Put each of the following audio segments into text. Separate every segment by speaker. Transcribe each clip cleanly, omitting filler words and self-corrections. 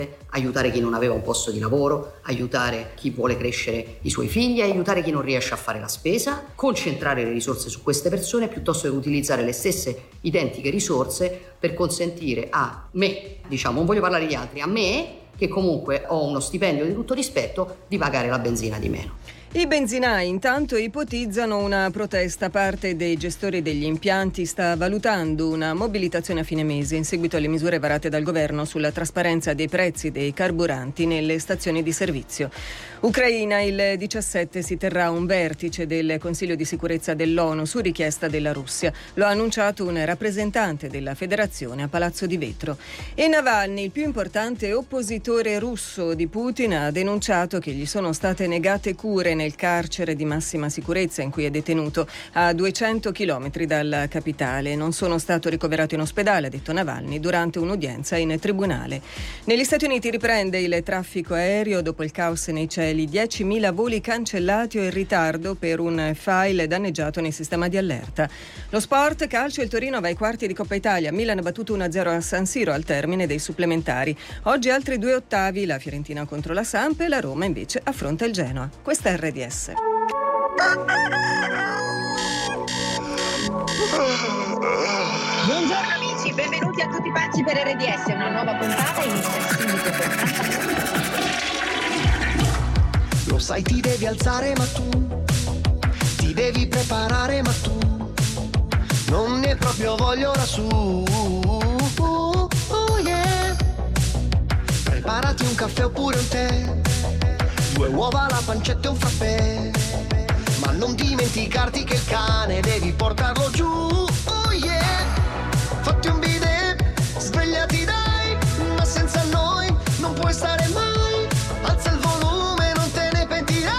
Speaker 1: aiutare chi non aveva un posto di lavoro, aiutare chi vuole crescere i suoi figli, aiutare chi non riesce a fare la spesa, concentrare le risorse su queste persone piuttosto che utilizzare le stesse identiche risorse per consentire a me, diciamo, non voglio parlare di altri, a me che comunque ho uno stipendio di tutto rispetto, di pagare la benzina di meno.
Speaker 2: I benzinai intanto ipotizzano una protesta. Parte dei gestori degli impianti sta valutando una mobilitazione a fine mese in seguito alle misure varate dal governo sulla trasparenza dei prezzi dei carburanti nelle stazioni di servizio. Ucraina, il 17 si terrà un vertice del Consiglio di sicurezza dell'ONU su richiesta della Russia. Lo ha annunciato un rappresentante della federazione a Palazzo di Vetro. E Navalny, il più importante oppositore russo di Putin, ha denunciato che gli sono state negate cure nel carcere di massima sicurezza in cui è detenuto a 200 chilometri dalla capitale. Non sono stato ricoverato in ospedale, ha detto Navalny, durante un'udienza in tribunale. Negli Stati Uniti riprende il traffico aereo dopo il caos nei cieli. 10.000 voli cancellati o in ritardo per un file danneggiato nel sistema di allerta. Lo sport, calcio, il Torino va ai quarti di Coppa Italia. Milan ha battuto 1-0 a San Siro al termine dei supplementari. Oggi altri 2 ottavi, la Fiorentina contro la Samp e la Roma invece affronta il Genoa. Questa è RDS.
Speaker 3: Buongiorno amici, benvenuti a tutti pazzi per RDS. Una nuova puntata inizia subito per...
Speaker 4: Lo sai, ti devi alzare ma tu ti devi preparare ma tu non ne hai proprio voglia ora su. Yeah. Preparati un caffè oppure un tè, 2 uova, la pancetta e un frappè, ma non dimenticarti che il cane devi portarlo giù. Oh yeah. Fatti un bidet, svegliati dai, ma senza noi non puoi stare mai. Alza il volume, non te ne pentirai.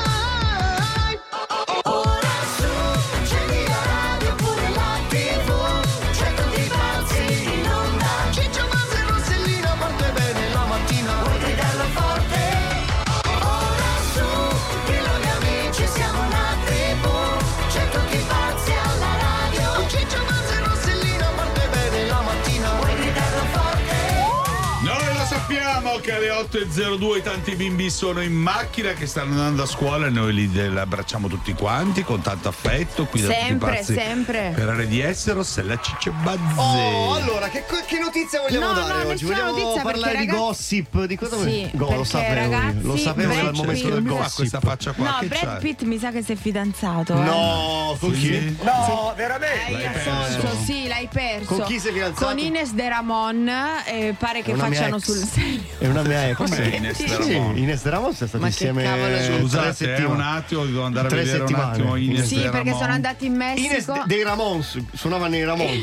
Speaker 4: Ora su, accendi la radio oppure la TV, c'è tutti i pazzi in onda. Ciccio, Mazza e Rossellino, parte bene la mattina, vuoi gridarlo forte? Ora su, dillo agli amici, siamo una tribù, c'è tutti i pazzi alla radio. Ciccio, Mazza e Rossellino, parte bene la mattina, vuoi gridarlo forte?
Speaker 5: Noi lo sappiamo che alle 8.02 tanti bimbi sono in macchina, che stanno andando a scuola e noi li abbracciamo tutti quanti con tanto affetto. Qui da
Speaker 6: Sempre,
Speaker 5: tutti pazzi
Speaker 6: sempre.
Speaker 5: per RDS, Rossella Cicce Bazze.
Speaker 7: Oh, allora, che notizia vogliamo dare oggi?
Speaker 6: nessuna
Speaker 7: Vogliamo
Speaker 6: notizia,
Speaker 7: parlare
Speaker 6: perché
Speaker 7: di gossip? Di cosa
Speaker 6: Sì,
Speaker 7: lo
Speaker 6: perché,
Speaker 7: sapevo
Speaker 6: ragazzi,
Speaker 7: io. Lo sapevo
Speaker 6: Brad
Speaker 7: dal momento
Speaker 6: Pitt-
Speaker 7: del
Speaker 5: Mi fa
Speaker 7: gossip.
Speaker 5: questa faccia qua.
Speaker 6: No,
Speaker 5: che
Speaker 6: Brad
Speaker 5: c'hai?
Speaker 6: Pitt mi sa che si è fidanzato.
Speaker 7: No, con chi?
Speaker 5: Sì?
Speaker 7: No, veramente?
Speaker 6: L'hai perso. Sì, l'hai perso.
Speaker 7: Con chi sei fidanzato?
Speaker 6: Con Ines De Ramon, pare che
Speaker 7: È una mia
Speaker 6: facciano
Speaker 7: ex.
Speaker 6: sul serio.
Speaker 7: È una mia ex.
Speaker 5: Com'è Ines De
Speaker 7: Sì,
Speaker 5: Ramon?
Speaker 7: Ines De Ramon sono stati
Speaker 6: Ma che
Speaker 7: insieme
Speaker 6: cavolo di-
Speaker 7: 3
Speaker 5: Scusate,
Speaker 7: settimane.
Speaker 5: un attimo, devo andare a
Speaker 7: 3
Speaker 5: vedere un
Speaker 7: settimane.
Speaker 5: attimo Ines
Speaker 6: Sì,
Speaker 5: De
Speaker 6: perché
Speaker 5: Ramon.
Speaker 6: sono andati in
Speaker 7: Ines
Speaker 6: Messico.
Speaker 7: dei Ramones, suonavano i Ramones.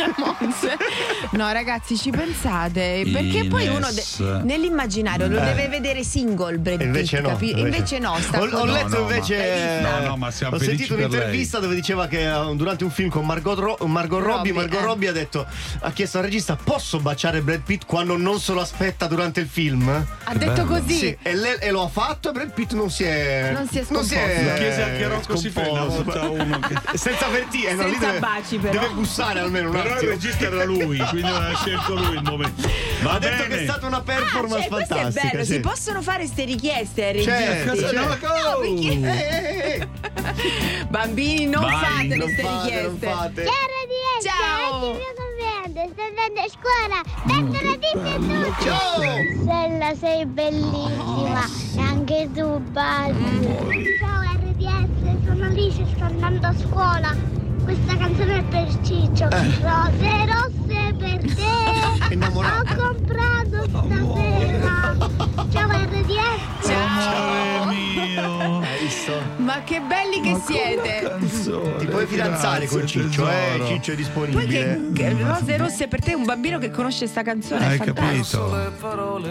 Speaker 6: No, ragazzi, ci pensate? Perché poi uno
Speaker 5: Ines.
Speaker 6: nell'immaginario lo deve vedere single Brad
Speaker 7: E invece
Speaker 6: Pitt,
Speaker 7: no,
Speaker 6: capi- invece no, sta
Speaker 7: Ho
Speaker 6: con-
Speaker 7: letto
Speaker 5: No,
Speaker 7: invece
Speaker 5: ma- no, ma siamo
Speaker 7: ho
Speaker 5: felici
Speaker 7: sentito
Speaker 5: per
Speaker 7: un'intervista dove diceva che durante un film con Margot Robbie, Margot Robbie ha chiesto al regista: posso baciare Brad Pitt quando non se lo aspetta durante il film?
Speaker 6: Ha detto così.
Speaker 7: Sì, e lo ha fatto e Brad Pitt non si è
Speaker 6: scomposto.
Speaker 5: Lo chiese anche Rocco Siffredi una volta a uno che...
Speaker 7: senza avvertire, no, lì
Speaker 6: Senza
Speaker 7: deve,
Speaker 6: baci, però.
Speaker 7: deve bussare almeno un
Speaker 5: Però il
Speaker 7: attimo.
Speaker 5: regista era lui, quindi aveva scelto lui il momento. Va
Speaker 7: Ha detto
Speaker 5: bene.
Speaker 7: che è stata una performance
Speaker 6: Cioè, questo è
Speaker 7: fantastica.
Speaker 6: bello,
Speaker 7: sì.
Speaker 6: si possono fare ste richieste ai
Speaker 7: Certo,
Speaker 6: registi.
Speaker 7: certo.
Speaker 6: No, perché- Bambini, non
Speaker 5: Vai,
Speaker 6: fate
Speaker 7: Non
Speaker 6: queste
Speaker 7: fate, non
Speaker 6: richieste.
Speaker 7: fate.
Speaker 6: Ciao.
Speaker 8: Oggi mio compleanno, sto andando a scuola. Tanto la tutti.
Speaker 7: Ciao!
Speaker 8: Stella, sei bellissima. E anche tu, Basi. Ciao RDS, sono Alice, sto andando a scuola. Questa canzone è per Ciccio. Rose rosse per te.
Speaker 7: Innamorata.
Speaker 8: Ho comprato stasera. Ciao RDS.
Speaker 5: Amore mio.
Speaker 7: Hai visto?
Speaker 6: Ma che belli che siete.
Speaker 5: Canzone,
Speaker 7: Ti puoi fidanzare
Speaker 5: grazie,
Speaker 7: con Ciccio,
Speaker 5: tesoro.
Speaker 7: Ciccio è
Speaker 6: Poi
Speaker 7: disponibile.
Speaker 6: che Rose rosse per te, un bambino che conosce sta canzone
Speaker 5: Hai
Speaker 6: è fantastico.
Speaker 5: capito?
Speaker 9: Le parole,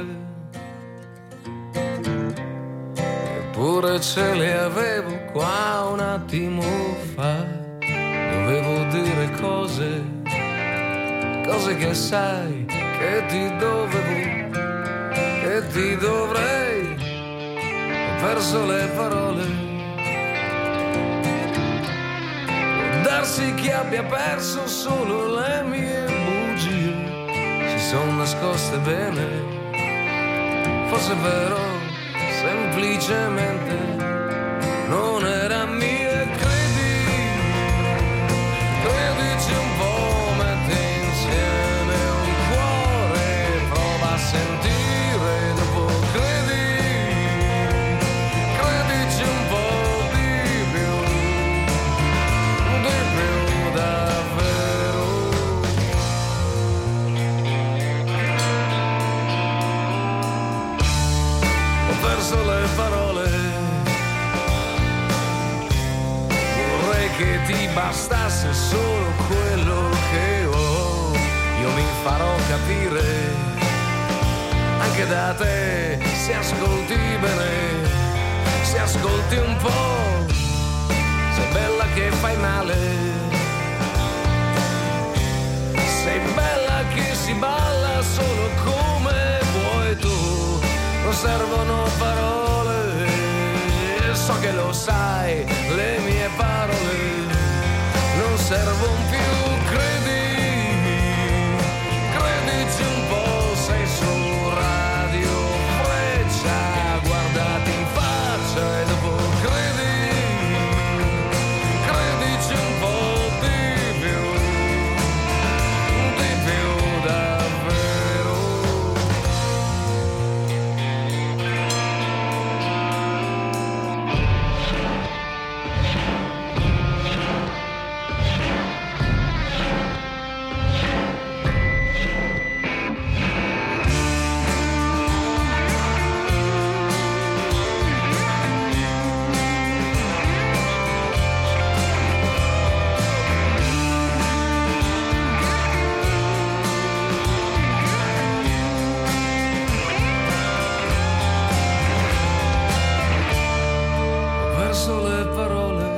Speaker 9: eppure ce le avevo qua un attimo fa. Dovevo dire cose che sai che ti dovevo, che ti dovrei. Ho perso le parole. Può darsi che abbia perso solo le mie bugie. Si sono nascoste bene fosse vero, semplicemente non era mio. E credici un po', metti insieme un cuore, prova a sentire, dopo credici un po' di più davvero. Ho perso le parole, vorrei che ti bastasse solo quello che ho. Io mi farò capire anche da te, se ascolti bene, se ascolti un po', sei bella che fai male, sei bella che si balla solo come vuoi tu. Non servono parole, so che lo sai, le mie parole non servono più. Credici un po', sei su Radio Freccia, guardati in faccia e dopo credici un po' di più davvero. Ho perso le parole,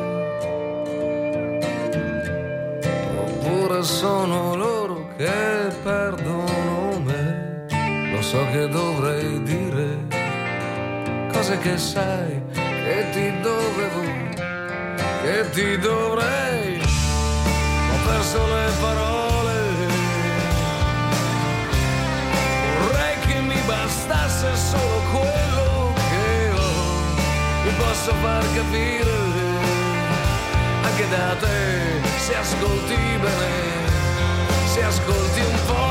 Speaker 9: oppure sono loro che perdono me. Lo so che dovrei dire cose che sai che ti dovevo, che ti dovrei. Ho perso le parole, vorrei che mi bastasse solo quello che ho. Mi posso far capire anche da te, se ascolti bene, se ascolti un po',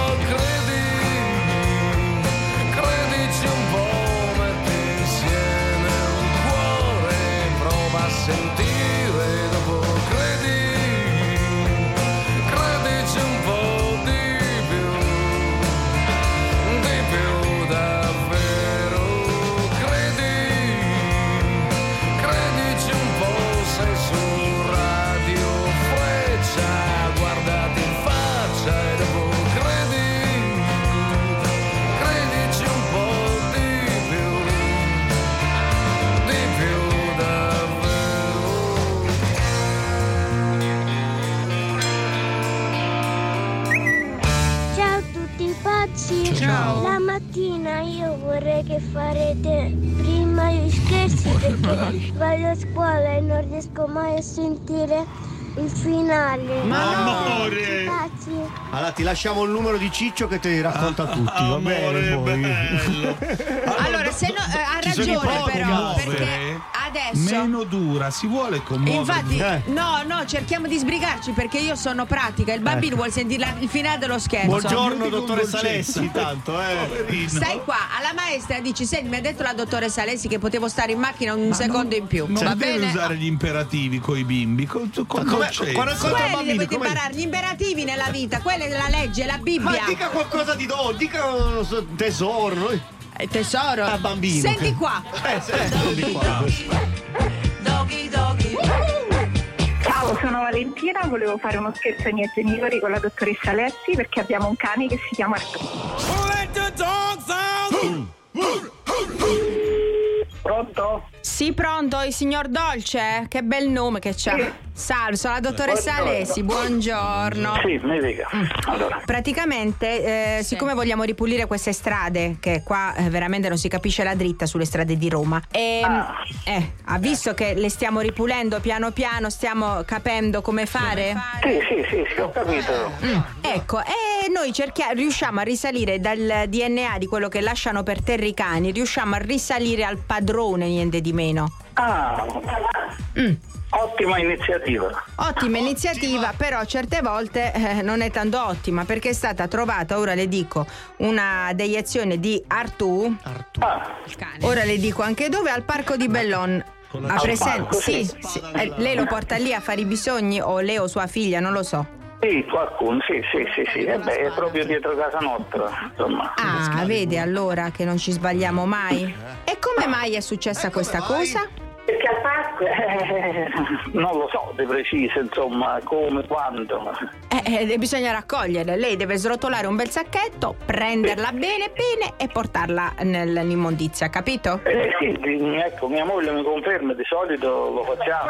Speaker 9: credici un po', metti insieme un cuore, prova a sentire, dopo credici un po' di più davvero. Credici un po', sei su Radio Freccia, guardati in faccia e dopo credici un po' di più davvero.
Speaker 8: Ciao a tutti pazzi.
Speaker 6: Ciao.
Speaker 8: La mattina io vorrei che farete prima gli scherzi perché vado a scuola e non riesco mai a sentire il finale.
Speaker 5: Amore!
Speaker 8: Pazzi.
Speaker 7: Allora ti lasciamo il numero di Ciccio che te li racconta tutti. Va bene,
Speaker 5: Amore
Speaker 7: poi.
Speaker 5: bello.
Speaker 6: Allora, se no, ha
Speaker 5: ci sono i
Speaker 6: ragione
Speaker 5: podi,
Speaker 6: però,
Speaker 5: muovere.
Speaker 6: perché adesso
Speaker 5: Meno dura, si vuole commuovere.
Speaker 6: infatti no, cerchiamo di sbrigarci perché io sono pratica, il bambino vuole sentire il finale dello scherzo.
Speaker 7: Buongiorno
Speaker 5: Io ti
Speaker 7: dottoressa
Speaker 5: coinvolgenza.
Speaker 7: Alessi, tanto
Speaker 5: Poverino.
Speaker 6: Stai qua, alla maestra dici: senti, mi ha detto la dottoressa Alessi che potevo stare in macchina un secondo in più.
Speaker 5: Non
Speaker 6: Va
Speaker 5: devi
Speaker 6: bene?
Speaker 5: usare gli imperativi coi bimbi, con
Speaker 7: Quando
Speaker 5: dolcezza.
Speaker 6: Quelli
Speaker 7: bambino,
Speaker 6: dovete imparare, gli imperativi nella vita, quella è la legge, la
Speaker 7: Ma
Speaker 6: Bibbia.
Speaker 7: dica qualcosa di dica non so, tesoro. Noi.
Speaker 6: Tesoro.
Speaker 7: Ah, bambino.
Speaker 6: Senti qua.
Speaker 7: Di qua.
Speaker 10: Ciao, sono Valentina, volevo fare uno scherzo ai miei genitori con la dottoressa Alessi perché abbiamo un cane che si chiama Arturo. Pronto?
Speaker 6: Sì, pronto, il signor Dolce? Che bel nome che c'ha.
Speaker 10: Sì.
Speaker 6: Salve, sono la dottoressa
Speaker 10: Buongiorno.
Speaker 6: Alessi, buongiorno.
Speaker 10: Sì, mi dica. Allora.
Speaker 6: Praticamente, siccome vogliamo ripulire queste strade, che qua veramente non si capisce la dritta sulle strade di Roma, ha visto che le stiamo ripulendo piano piano, stiamo capendo come fare?
Speaker 10: Sì, ho capito.
Speaker 6: Ecco, se noi riusciamo a risalire dal DNA di quello che lasciano per terra i cani, riusciamo a risalire al padrone, niente di meno.
Speaker 11: Ottima iniziativa, però certe volte
Speaker 6: non è tanto ottima, perché è stata trovata, ora le dico, una deiezione di Artù. Il cane. Ora le dico anche dove, al parco di Bellon. Ha presente? Sì. Lei lo porta lì a fare i bisogni, o lei o sua figlia, non lo so.
Speaker 11: Sì, qualcuno, sì. È proprio dietro casa nostra, insomma.
Speaker 6: Vede allora che non ci sbagliamo mai. E come mai è successa questa cosa?
Speaker 11: Perché al parco non lo so di preciso, insomma, come, quando.
Speaker 6: Bisogna raccoglierla. Lei deve srotolare un bel sacchetto, prenderla bene e portarla nell'immondizia, capito?
Speaker 11: Sì, ecco, mia moglie mi conferma, di solito lo facciamo,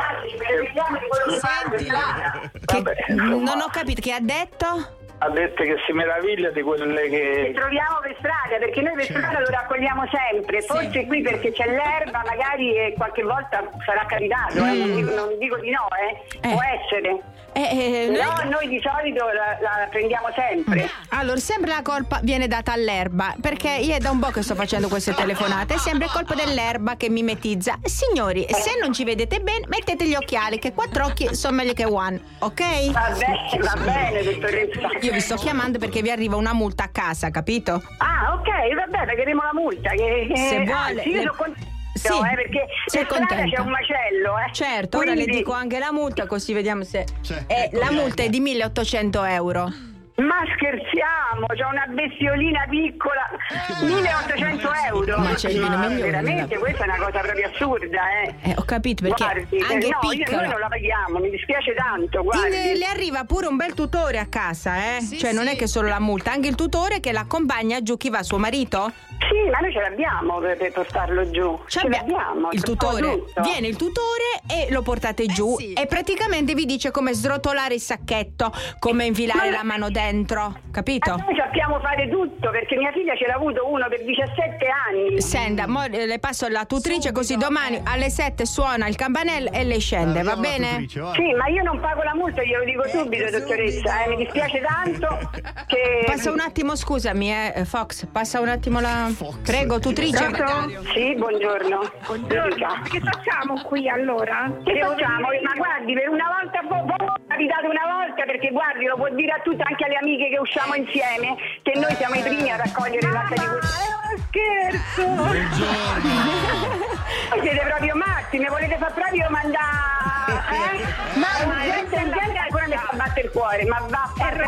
Speaker 11: insomma.
Speaker 6: Non ho capito, che ha detto?
Speaker 11: Ha detto che si meraviglia di quelle che
Speaker 10: troviamo per strada, perché noi per strada lo raccogliamo sempre. Forse qui perché c'è l'erba, magari qualche volta sarà capitato, non dico di no, può essere. Però noi di solito la prendiamo sempre.
Speaker 6: Allora, sempre la colpa viene data all'erba, perché io è da un po' che sto facendo queste telefonate, è sempre colpa dell'erba che mimetizza. Signori, se non ci vedete bene, mettete gli occhiali, che 4 occhi sono meglio che one, ok?
Speaker 10: Va bene, dottoressa.
Speaker 6: Io vi sto chiamando perché vi arriva una multa a casa, capito?
Speaker 10: Ok, vabbè, pagheremo la multa.
Speaker 6: Se vuole.
Speaker 10: Io sono contenta. Perché per strada c'è un macello,
Speaker 6: Certo,
Speaker 10: quindi...
Speaker 6: ora le dico anche la multa, così vediamo se la multa è di 1.800 euro.
Speaker 10: Ma scherziamo, c'ho una bestiolina piccola, 1.800 euro.
Speaker 6: Ma c'è il
Speaker 10: veramente, questa è una cosa proprio assurda,
Speaker 6: ho capito, perché
Speaker 10: guardi,
Speaker 6: anche piccola.
Speaker 10: Noi non la paghiamo, mi dispiace tanto, guardi.
Speaker 6: Le arriva pure un bel tutore a casa, cioè non è che solo la multa, anche il tutore che l'accompagna giù. Chi va, suo marito?
Speaker 10: Sì, ma noi ce l'abbiamo per portarlo giù. Ce l'abbiamo.
Speaker 6: Il tutore, viene il tutore e lo portate giù e praticamente vi dice come srotolare il sacchetto, come infilare la mano dentro, capito?
Speaker 10: Noi sappiamo fare tutto, perché mia figlia ce l'ha avuto uno per 17 anni.
Speaker 6: Senta, le passo la tutrice, così domani alle 7 suona il campanello e lei scende, va bene?
Speaker 10: Sì, ma io non pago la multa, glielo dico subito, dottoressa, mi dispiace tanto che...
Speaker 6: Passa un attimo, scusami, Fox, passa un attimo la... Prego, tutrice.
Speaker 10: Sì, buongiorno. Che facciamo qui allora? Che facciamo? Ma guardi, per una volta capitato una volta, perché guardi, lo può dire a tutte, anche alle amiche che usciamo insieme, che noi siamo i primi a raccogliere il latte di scherzo!
Speaker 5: Buongiorno!
Speaker 10: Voi siete proprio matti, mi volete far proprio mandare? Ma gente ancora mi fa battere il cuore, ma va a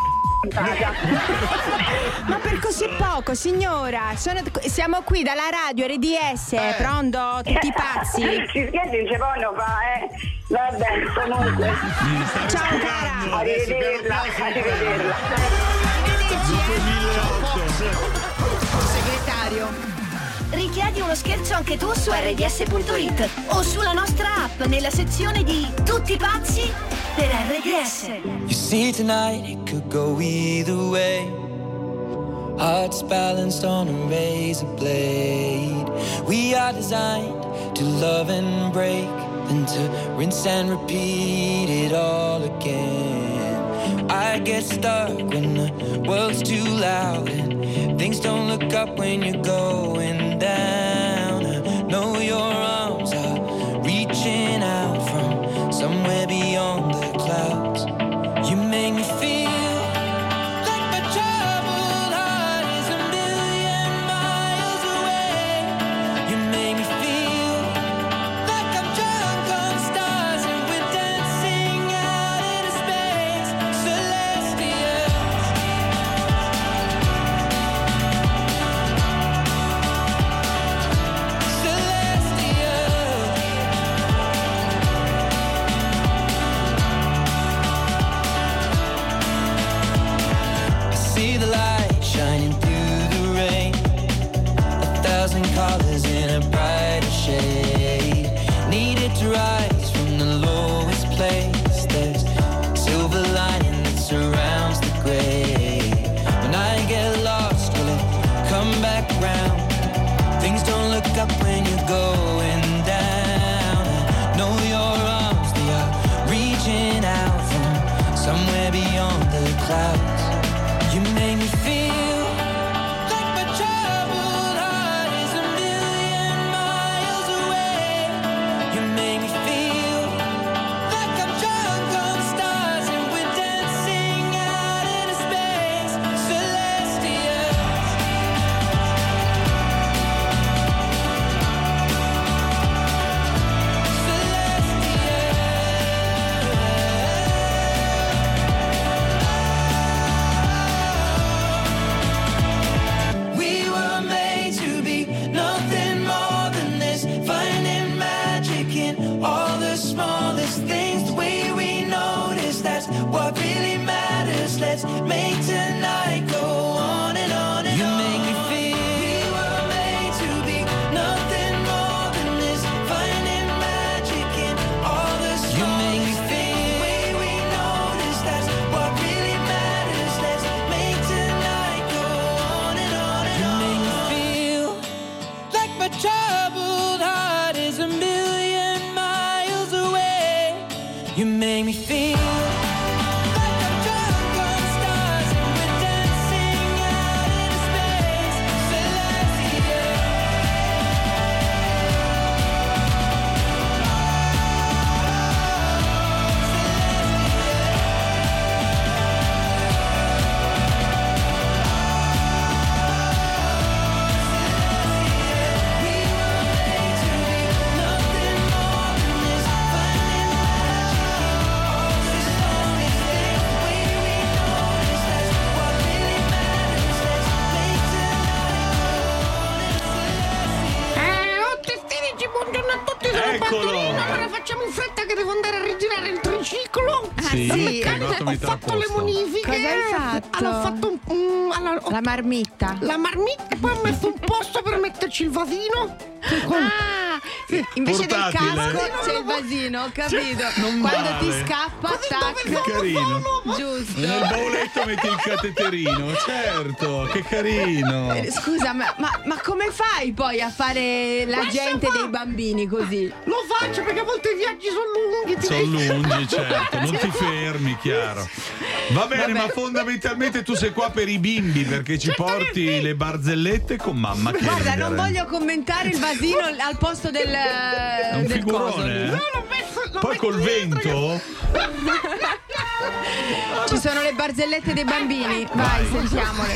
Speaker 6: Ma per così poco, signora? Siamo qui dalla radio RDS, pronto? Tutti pazzi?
Speaker 10: Si schiede in secondo fa, Vabbè, comunque.
Speaker 6: Ciao cara.
Speaker 10: Arrivederla.
Speaker 12: Segretario. Richiedi uno scherzo anche tu su rds.it o sulla nostra app nella sezione di Tutti pazzi per RDS.
Speaker 13: You see tonight it could go either way. Hearts balanced on a razor blade. We are designed to love and break, then to rinse and repeat it all again. I get stuck when the world's too loud and things don't look up when you're going down. I know your arms are reaching out from somewhere beyond the clouds. You make me feel like my troubled heart is a million miles away. You make me feel like I'm drunk on stars and we're dancing out into space, celestial. See the light shining through the rain, 1,000 colors in a brighter shade. Needed to rise from the lowest place. There's silver lining that surrounds the gray. When I get lost, will it come back round? Things don't look up when you're going down. I know your arms, they are reaching out from somewhere beyond the clouds. You my troubled heart is a million miles away. You make me feel like I'm drunk on stars and we're dancing out in space. Celestia.
Speaker 14: Buongiorno a tutti, sono
Speaker 5: Eccolo!
Speaker 14: Bartolino. Allora facciamo in fretta che devo andare a rigirare il triciclo.
Speaker 5: Sì,
Speaker 14: Al
Speaker 5: sì.
Speaker 14: meccanico, ho fatto le bonifiche.
Speaker 6: Cosa hai fatto?
Speaker 14: Allora, ho fatto
Speaker 6: La marmitta.
Speaker 14: la marmitta e poi ho messo un posto per metterci il vasino.
Speaker 6: Invece
Speaker 5: Portatile.
Speaker 6: del casco c'è il vasino, ho capito.
Speaker 5: Non
Speaker 6: Quando
Speaker 5: male.
Speaker 6: ti scappa, tac.
Speaker 5: Che carino.
Speaker 6: Giusto.
Speaker 5: E nel bauletto metti il cateterino, certo, che carino.
Speaker 6: Scusa, ma come fai poi a fare l'agente dei bambini così?
Speaker 14: Lo faccio perché a volte i viaggi sono lunghi.
Speaker 5: Sono lunghi, certo, non ti fermi, chiaro. Va bene, ma fondamentalmente tu sei qua per i bimbi perché ci porti le barzellette con mamma. Che
Speaker 6: Guarda,
Speaker 5: ridere.
Speaker 6: non voglio commentare il vasino al posto del
Speaker 5: È un
Speaker 6: del coso
Speaker 5: figurone,
Speaker 6: lì.
Speaker 5: eh? Poi col vento.
Speaker 6: Ci sono le barzellette dei bambini. Vai, sentiamole.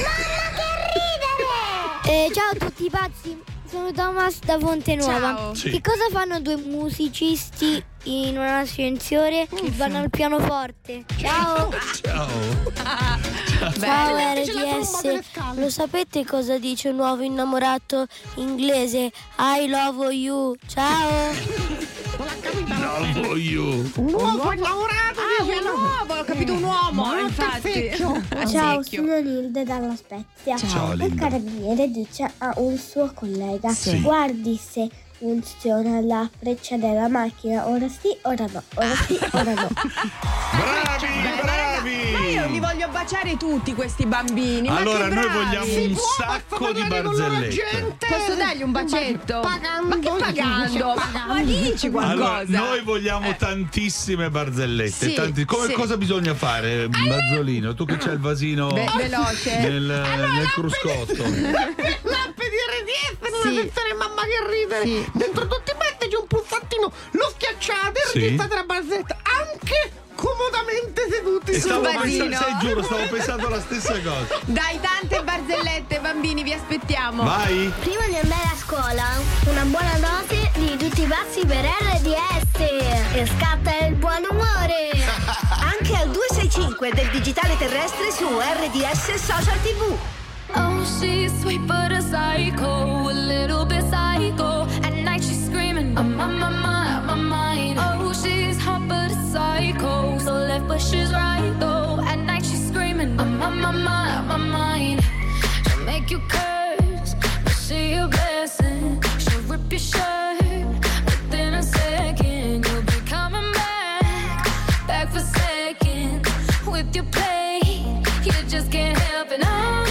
Speaker 8: Ciao a tutti pazzi, sono Thomas da Fonte Nuova.
Speaker 6: Ciao.
Speaker 5: Sì.
Speaker 8: Che cosa fanno due musicisti in un ascensore che vanno al pianoforte? Ciao.
Speaker 5: Ciao.
Speaker 8: Ciao RDS, lo sapete cosa dice un nuovo innamorato inglese? I love you. Ciao.
Speaker 5: Love you.
Speaker 14: Un uomo innamorato.
Speaker 6: Ho capito, un uomo, infatti.
Speaker 8: Ciao, sono Lilde dalla Spezia.
Speaker 5: Ciao,
Speaker 8: Il
Speaker 5: Lilde.
Speaker 8: carabiniere dice a un suo collega:
Speaker 5: Sì.
Speaker 8: guardi se funziona la freccia della macchina. Ora sì, ora no. Ora sì, ora no.
Speaker 5: Bravi,
Speaker 6: Ma io li
Speaker 5: bravi.
Speaker 6: voglio baciare tutti questi bambini.
Speaker 5: Allora,
Speaker 6: ma che
Speaker 5: noi
Speaker 6: bravi.
Speaker 5: vogliamo un sacco di barzellette.
Speaker 6: Posso dargli un bacetto?
Speaker 14: Pagando.
Speaker 6: Ma che pagando? Ma dici qualcosa.
Speaker 5: Allora, noi vogliamo tantissime barzellette.
Speaker 6: Sì, sì.
Speaker 5: Cosa bisogna fare, Barzolino? Tu che c'hai il vasino
Speaker 6: veloce.
Speaker 5: nel cruscotto.
Speaker 14: L'app di RDS nella sezione mamma che ridere.
Speaker 6: Sì.
Speaker 14: Dentro tutti i pezzi c'è un pulsantino, lo schiacciate e
Speaker 5: Sì.
Speaker 14: registrate la barzelletta anche comodamente seduti
Speaker 5: E
Speaker 14: sul
Speaker 5: stavo
Speaker 14: vasino.
Speaker 5: pensando, giuro, stavo pensando la stessa cosa.
Speaker 6: Dai, tante barzellette, bambini, vi aspettiamo.
Speaker 5: Vai.
Speaker 8: Prima di andare a scuola, una buona dose di tutti i pazzi per RDS. E scatta il buon umore.
Speaker 12: Anche al 265 del digitale terrestre su RDS Social TV.
Speaker 15: Oh, she's sweet but a psycho, a little bit psycho. At night she's screaming, I'm on my mind. Oh, she's hot but a psycho, so left but she's right though. At night she's screaming, I'm on my mind. She'll make you curse, but she a blessing. She'll rip your shirt within a second. You'll be coming back for seconds with your play. You just can't help it.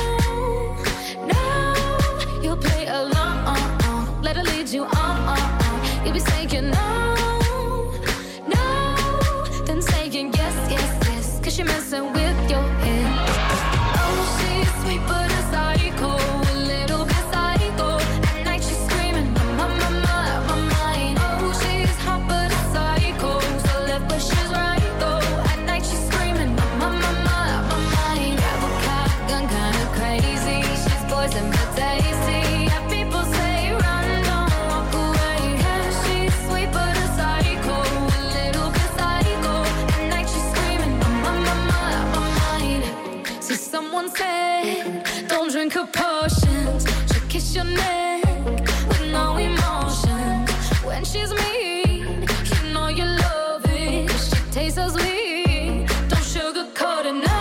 Speaker 15: No, you'll play along. Let her lead you on. You'll be saying no, then saying yes, 'cause you're messing with your head. Oh, she's sweet but a psycho, a little bit psycho. At night she's screaming, my mind. Oh, she's hot but a psycho, so left but she's right though. At night she's screaming, my mind. Grab a cop gun, kinda crazy. She's poison but tasty. Yeah, people say run, don't walk away. Yeah, she's sweet but a psycho, a little bit psycho. At night she's screaming, my mind. See, someone said, don't drink her potions. She'll kiss your neck with no emotion. When she's mean, you know you love it. She tastes so sweet, don't sugarcoat it, no.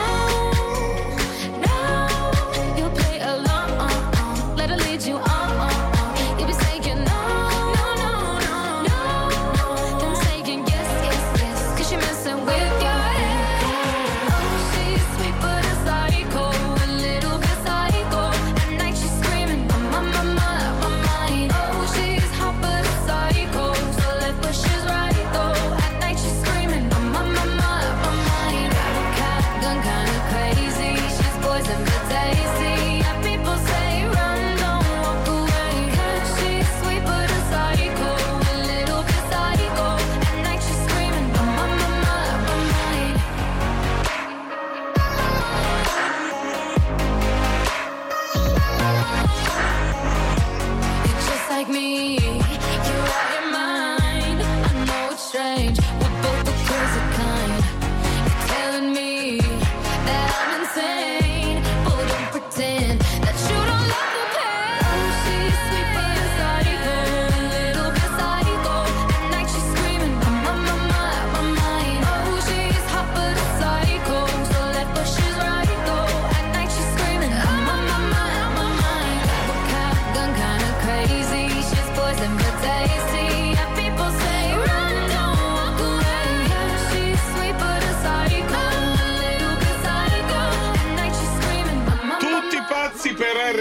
Speaker 15: You'll play along, let her lead you on. You'll be saying no, then saying yes, 'cause you're messing with your head. Oh, she's sweet but a psycho, a little bit psycho. At night she's screaming, my mind. Oh,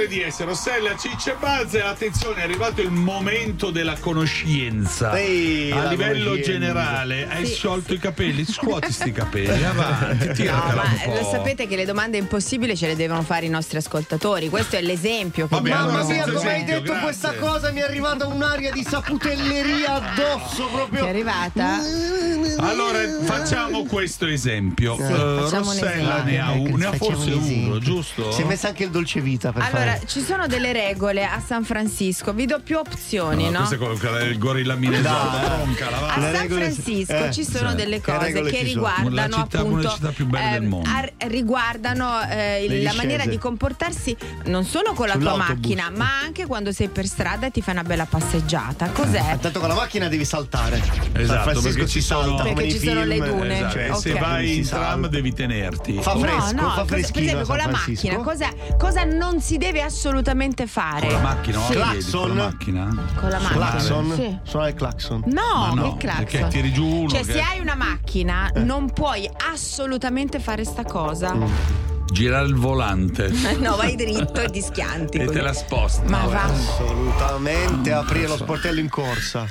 Speaker 5: RDS, Rossella, Ciccia e Buzz. Attenzione, è arrivato il momento della conoscenza. A livello generale, hai sciolto i capelli? Scuoti sti capelli, avanti, tiratela un po'.
Speaker 6: Lo sapete che le domande impossibili ce le devono fare i nostri ascoltatori. Questo è l'esempio che
Speaker 7: mamma mia, come hai detto questa cosa mi è arrivata un'aria di saputelleria addosso proprio.
Speaker 6: Ti è arrivata?
Speaker 5: Allora facciamo questo esempio. Rossella ne ha forse uno, giusto?
Speaker 7: Si è messa anche il dolce vita per
Speaker 6: allora, ci sono delle regole a San Francisco, vi do più opzioni, no?
Speaker 5: Questo è il gorilla minnesota.
Speaker 6: A San Francisco ci sono delle cose che riguardano appunto
Speaker 5: una città più bella del mondo.
Speaker 6: Riguardano la maniera di comportarsi non solo con la tua macchina, ma anche quando sei per strada e ti fai una bella passeggiata. Cos'è?
Speaker 7: Tanto con la macchina devi saltare.
Speaker 5: Esatto, perché ci sono,
Speaker 6: perché ci sono le dune.
Speaker 5: Esatto. Okay. Se vai in tram devi tenerti.
Speaker 7: Fa fresco, fa freschino.
Speaker 6: Per esempio con la macchina, cosa non si deve assolutamente fare?
Speaker 5: Con la macchina,
Speaker 7: clacson.
Speaker 5: Con la macchina?
Speaker 6: Con la macchina.
Speaker 7: Clacson?
Speaker 6: Sì.
Speaker 7: Suona il clacson.
Speaker 6: No, che clacson?
Speaker 5: Perché tiri giù uno.
Speaker 6: Cioè, se hai una macchina, non puoi assolutamente fare sta cosa.
Speaker 5: Girare il volante.
Speaker 6: No, vai dritto e ti schianti.
Speaker 5: E te la sposti.
Speaker 6: Ma va.
Speaker 7: Assolutamente aprire lo sportello in corsa.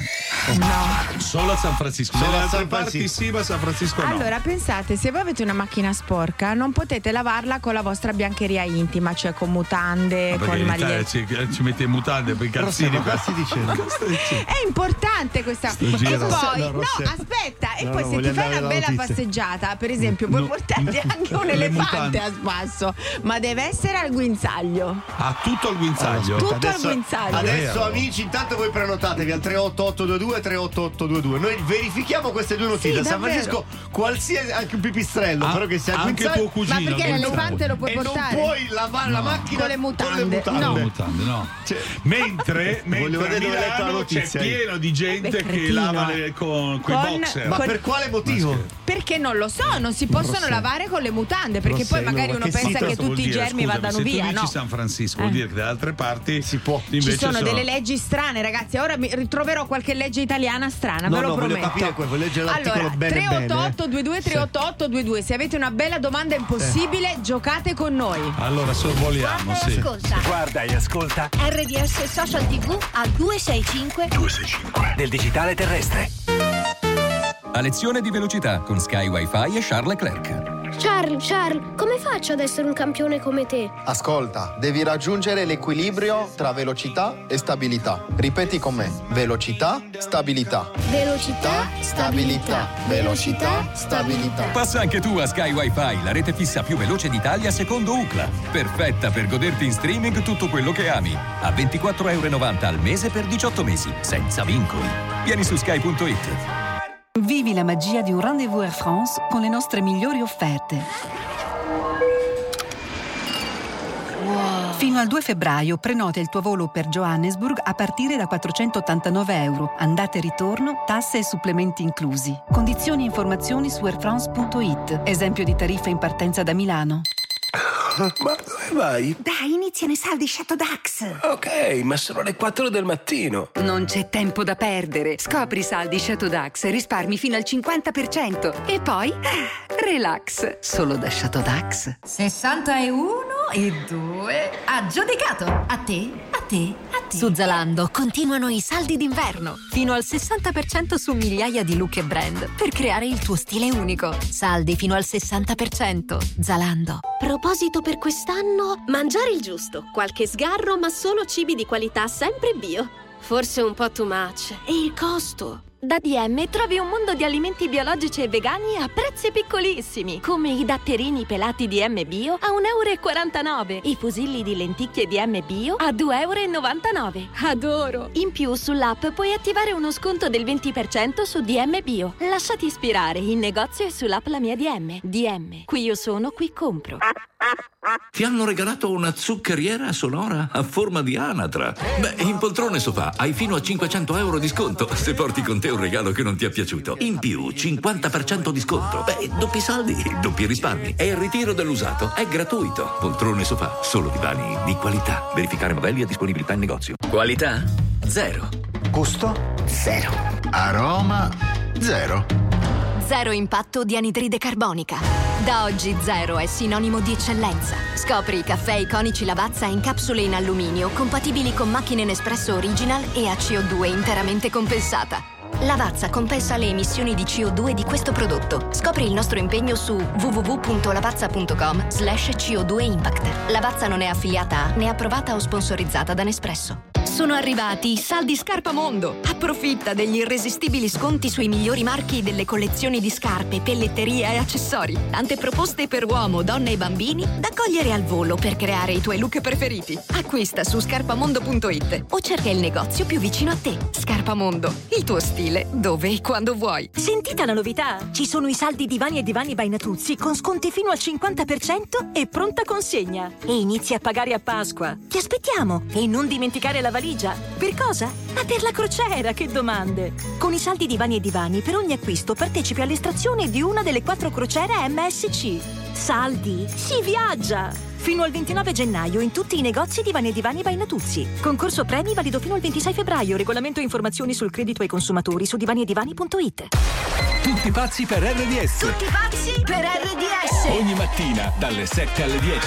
Speaker 6: No.
Speaker 5: Solo a San Francisco.
Speaker 7: Solo
Speaker 5: Nelle
Speaker 7: a San
Speaker 5: altre parti sì, ma a San Francisco no.
Speaker 6: Allora pensate, se voi avete una macchina sporca non potete lavarla con la vostra biancheria intima, cioè con mutande, con magliette.
Speaker 5: Ci mette in mutande per i calzini.
Speaker 7: Cosa stai dicendo?
Speaker 6: È importante questa. E poi aspetta, e poi se ti fai una bella passeggiata, per esempio, puoi portarti anche un elefante a spasso, ma deve essere al guinzaglio.
Speaker 5: Tutto al guinzaglio.
Speaker 6: Tutto al guinzaglio.
Speaker 7: Adesso amici, intanto voi prenotatevi al 38822 38822. Noi verifichiamo queste due notizie.
Speaker 6: Sì,
Speaker 7: San Francisco, qualsiasi, anche un pipistrello, però che sia al
Speaker 5: anche
Speaker 7: guinzaglio.
Speaker 5: tuo cugino.
Speaker 6: Ma perché l'elefante lo puoi portare?
Speaker 7: Non puoi lavare la macchina
Speaker 6: con le mutande.
Speaker 5: No. Cioè, mentre a Milano c'è pieno di gente che lava con quei boxer.
Speaker 7: Ma per quale motivo?
Speaker 6: Perché non lo so, non si possono lavare con le mutande, perché poi magari uno pensa che tutti i germi vadano via.
Speaker 5: Se tu dici San Francisco vuol dire che da altre parti
Speaker 7: si può.
Speaker 6: Ci sono delle leggi strane, ragazzi. Ora mi ritroverò qualche legge italiana strana, ve lo prometto.
Speaker 7: Capire
Speaker 6: allora, 388-223822. Se avete una bella domanda impossibile, giocate con noi.
Speaker 5: Allora sorvoliamo, sì.
Speaker 16: Ascolta.
Speaker 17: Guarda e ascolta
Speaker 16: RDS Social TV a 265
Speaker 17: del digitale terrestre.
Speaker 18: A lezione di velocità con Sky Wi-Fi e Charles Leclerc.
Speaker 8: Charles, come faccio ad essere un campione come te?
Speaker 19: Ascolta, devi raggiungere l'equilibrio tra velocità e stabilità. Ripeti con me: velocità, stabilità.
Speaker 8: Velocità, stabilità. Velocità, stabilità.
Speaker 18: Passa anche tu a Sky Wi-Fi, la rete fissa più veloce d'Italia secondo Ookla. Perfetta per goderti in streaming tutto quello che ami. A €24,90 al mese per 18 mesi, senza vincoli. Vieni su sky.it.
Speaker 20: Vivi la magia di un Rendez-vous Air France con le nostre migliori offerte. Fino al 2 febbraio prenota il tuo volo per Johannesburg a partire da €489. Andata e ritorno, tasse e supplementi inclusi. Condizioni e informazioni su airfrance.it. Esempio di tariffa in partenza da Milano.
Speaker 17: Ma dove vai?
Speaker 12: Dai, iniziano i saldi Chateau Dax.
Speaker 17: Ok, ma sono le 4 del mattino.
Speaker 20: Non c'è tempo da perdere. Scopri i saldi Chateau Dax e risparmi fino al 50%. E poi, relax. Solo da Chateau Dax.
Speaker 12: 61,2. Aggiudicato. A te, a te, a te. Su Zalando continuano i saldi d'inverno. Fino al 60% su migliaia di look e brand per creare il tuo stile unico. Saldi fino al 60%. Zalando.
Speaker 21: Proposito per quest'anno, mangiare il giusto, qualche sgarro ma solo cibi di qualità sempre bio. Forse un po' too much. E il costo? Da DM trovi un mondo di alimenti biologici e vegani a prezzi piccolissimi, come i datterini pelati DM Bio a €1,49 e i fusilli di lenticchie DM Bio a €2,99. Adoro! In più sull'app puoi attivare uno sconto del 20% su DM Bio. Lasciati ispirare in negozio e sull'app La Mia DM. DM. Qui io sono, qui compro.
Speaker 22: Ti hanno regalato una zuccheriera sonora a forma di anatra. Beh, in poltrone sofà hai fino a €500 di sconto se porti con te un regalo che non ti è piaciuto. In più 50% di sconto. Beh, doppi saldi, doppi risparmi. E il ritiro dell'usato è gratuito. Poltrone sofà, solo divani di qualità. Verificare modelli e disponibilità in negozio.
Speaker 17: Qualità? 0.
Speaker 19: Gusto?
Speaker 17: 0.
Speaker 19: Aroma? 0.
Speaker 12: Zero impatto di anidride carbonica. Da oggi Zero è sinonimo di eccellenza. Scopri i caffè iconici Lavazza in capsule in alluminio compatibili con macchine Nespresso Original e a CO2 interamente compensata. Lavazza compensa le emissioni di CO2 di questo prodotto. Scopri il nostro impegno su www.lavazza.com/CO2 Impact. Lavazza non è affiliata a né approvata o sponsorizzata da Nespresso. Sono arrivati i saldi Scarpamondo. Approfitta degli irresistibili sconti sui migliori marchi delle collezioni di scarpe, pelletteria e accessori. Tante proposte per uomo, donna e bambini da cogliere al volo per creare i tuoi look preferiti. Acquista su scarpamondo.it o cerca il negozio più vicino a te. Scarpamondo, il tuo stile dove e quando vuoi.
Speaker 1: Sentite la novità? Ci sono i saldi divani e divani by Natuzzi con sconti fino al 50% e pronta consegna. E inizi a pagare a Pasqua. Ti aspettiamo! E non dimenticare la valigia. Per cosa? Ma per la crociera, che domande! Con i saldi divani e divani per ogni acquisto partecipi all'estrazione di una delle 4 crociere MSC. Saldi, si viaggia! Fino al 29 gennaio in tutti i negozi Divani e Divani by Natuzzi. Concorso premi valido fino al 26 febbraio. Regolamento e informazioni sul credito ai consumatori su divaniedivani.it.
Speaker 18: Tutti pazzi per RDS.
Speaker 1: Tutti pazzi per RDS.
Speaker 18: Ogni mattina dalle 7 alle 10.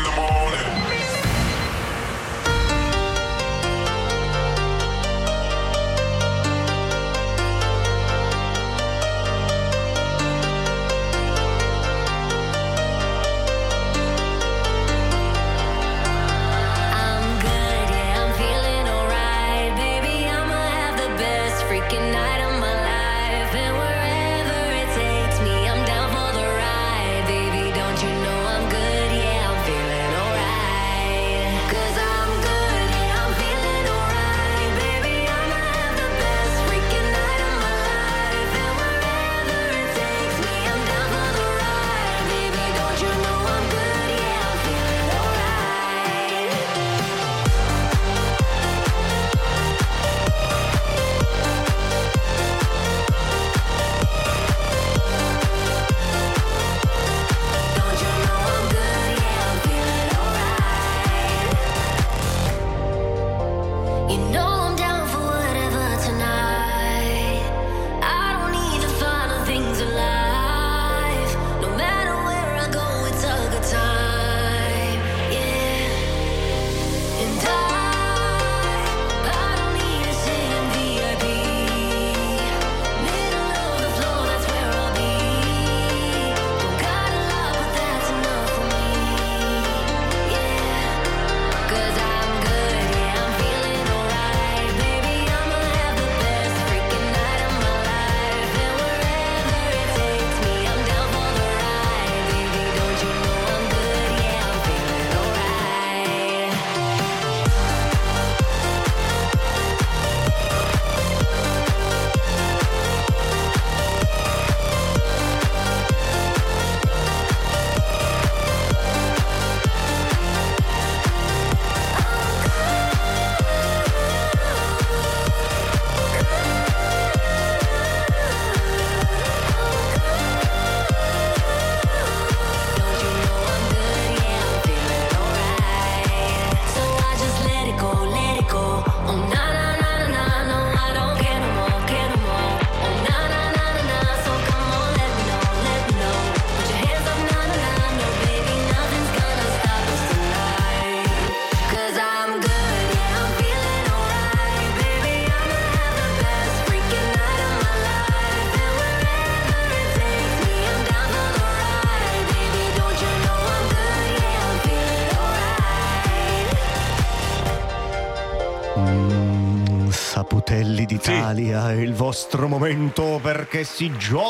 Speaker 7: Saputelli d'Italia, è il vostro momento perché si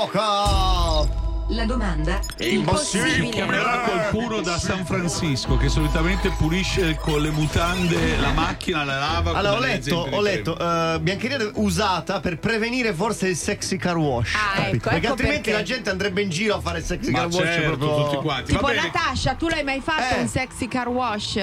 Speaker 7: gioca!
Speaker 12: La domanda
Speaker 5: è impossibile. Chiamerà qualcuno da San Francisco che solitamente pulisce con le mutande la macchina, la lava.
Speaker 7: Allora ho letto biancheria usata per prevenire forse il sexy car wash. Perché altrimenti la gente andrebbe in giro a fare il sexy car wash proprio
Speaker 5: tutti quanti.
Speaker 6: Tipo Natascia, tu l'hai mai fatto un sexy car wash?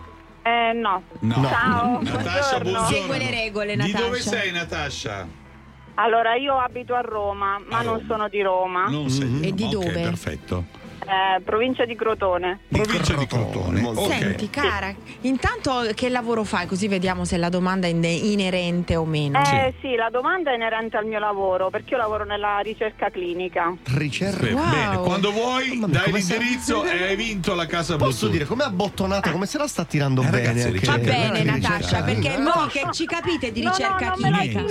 Speaker 10: No.
Speaker 5: Ciao. Natascia, buongiorno.
Speaker 6: Segue le regole, Natascia.
Speaker 5: Di dove sei, Natascia?
Speaker 10: Allora, io abito a Roma, ma non sono di Roma.
Speaker 5: Non sei di Roma.
Speaker 6: E di dove?
Speaker 5: Perfetto.
Speaker 10: Provincia di Crotone.
Speaker 5: Provincia di Crotone. Okay.
Speaker 6: Senti, cara, intanto che lavoro fai? Così vediamo se la domanda è inerente o meno.
Speaker 10: Sì, la domanda è inerente al mio lavoro, perché io lavoro nella ricerca clinica.
Speaker 7: Ricerca?
Speaker 6: Wow.
Speaker 5: Bene, quando vuoi dai l'indirizzo e hai vinto la casa Bluetooth.
Speaker 7: Posso dire, com'è abbottonata, come se la sta tirando bene.
Speaker 5: Ragazzi,
Speaker 7: anche
Speaker 6: Va
Speaker 5: ricerca.
Speaker 6: bene,
Speaker 7: lei.
Speaker 6: Natascia, perché mo che ci capite di ricerca clinica?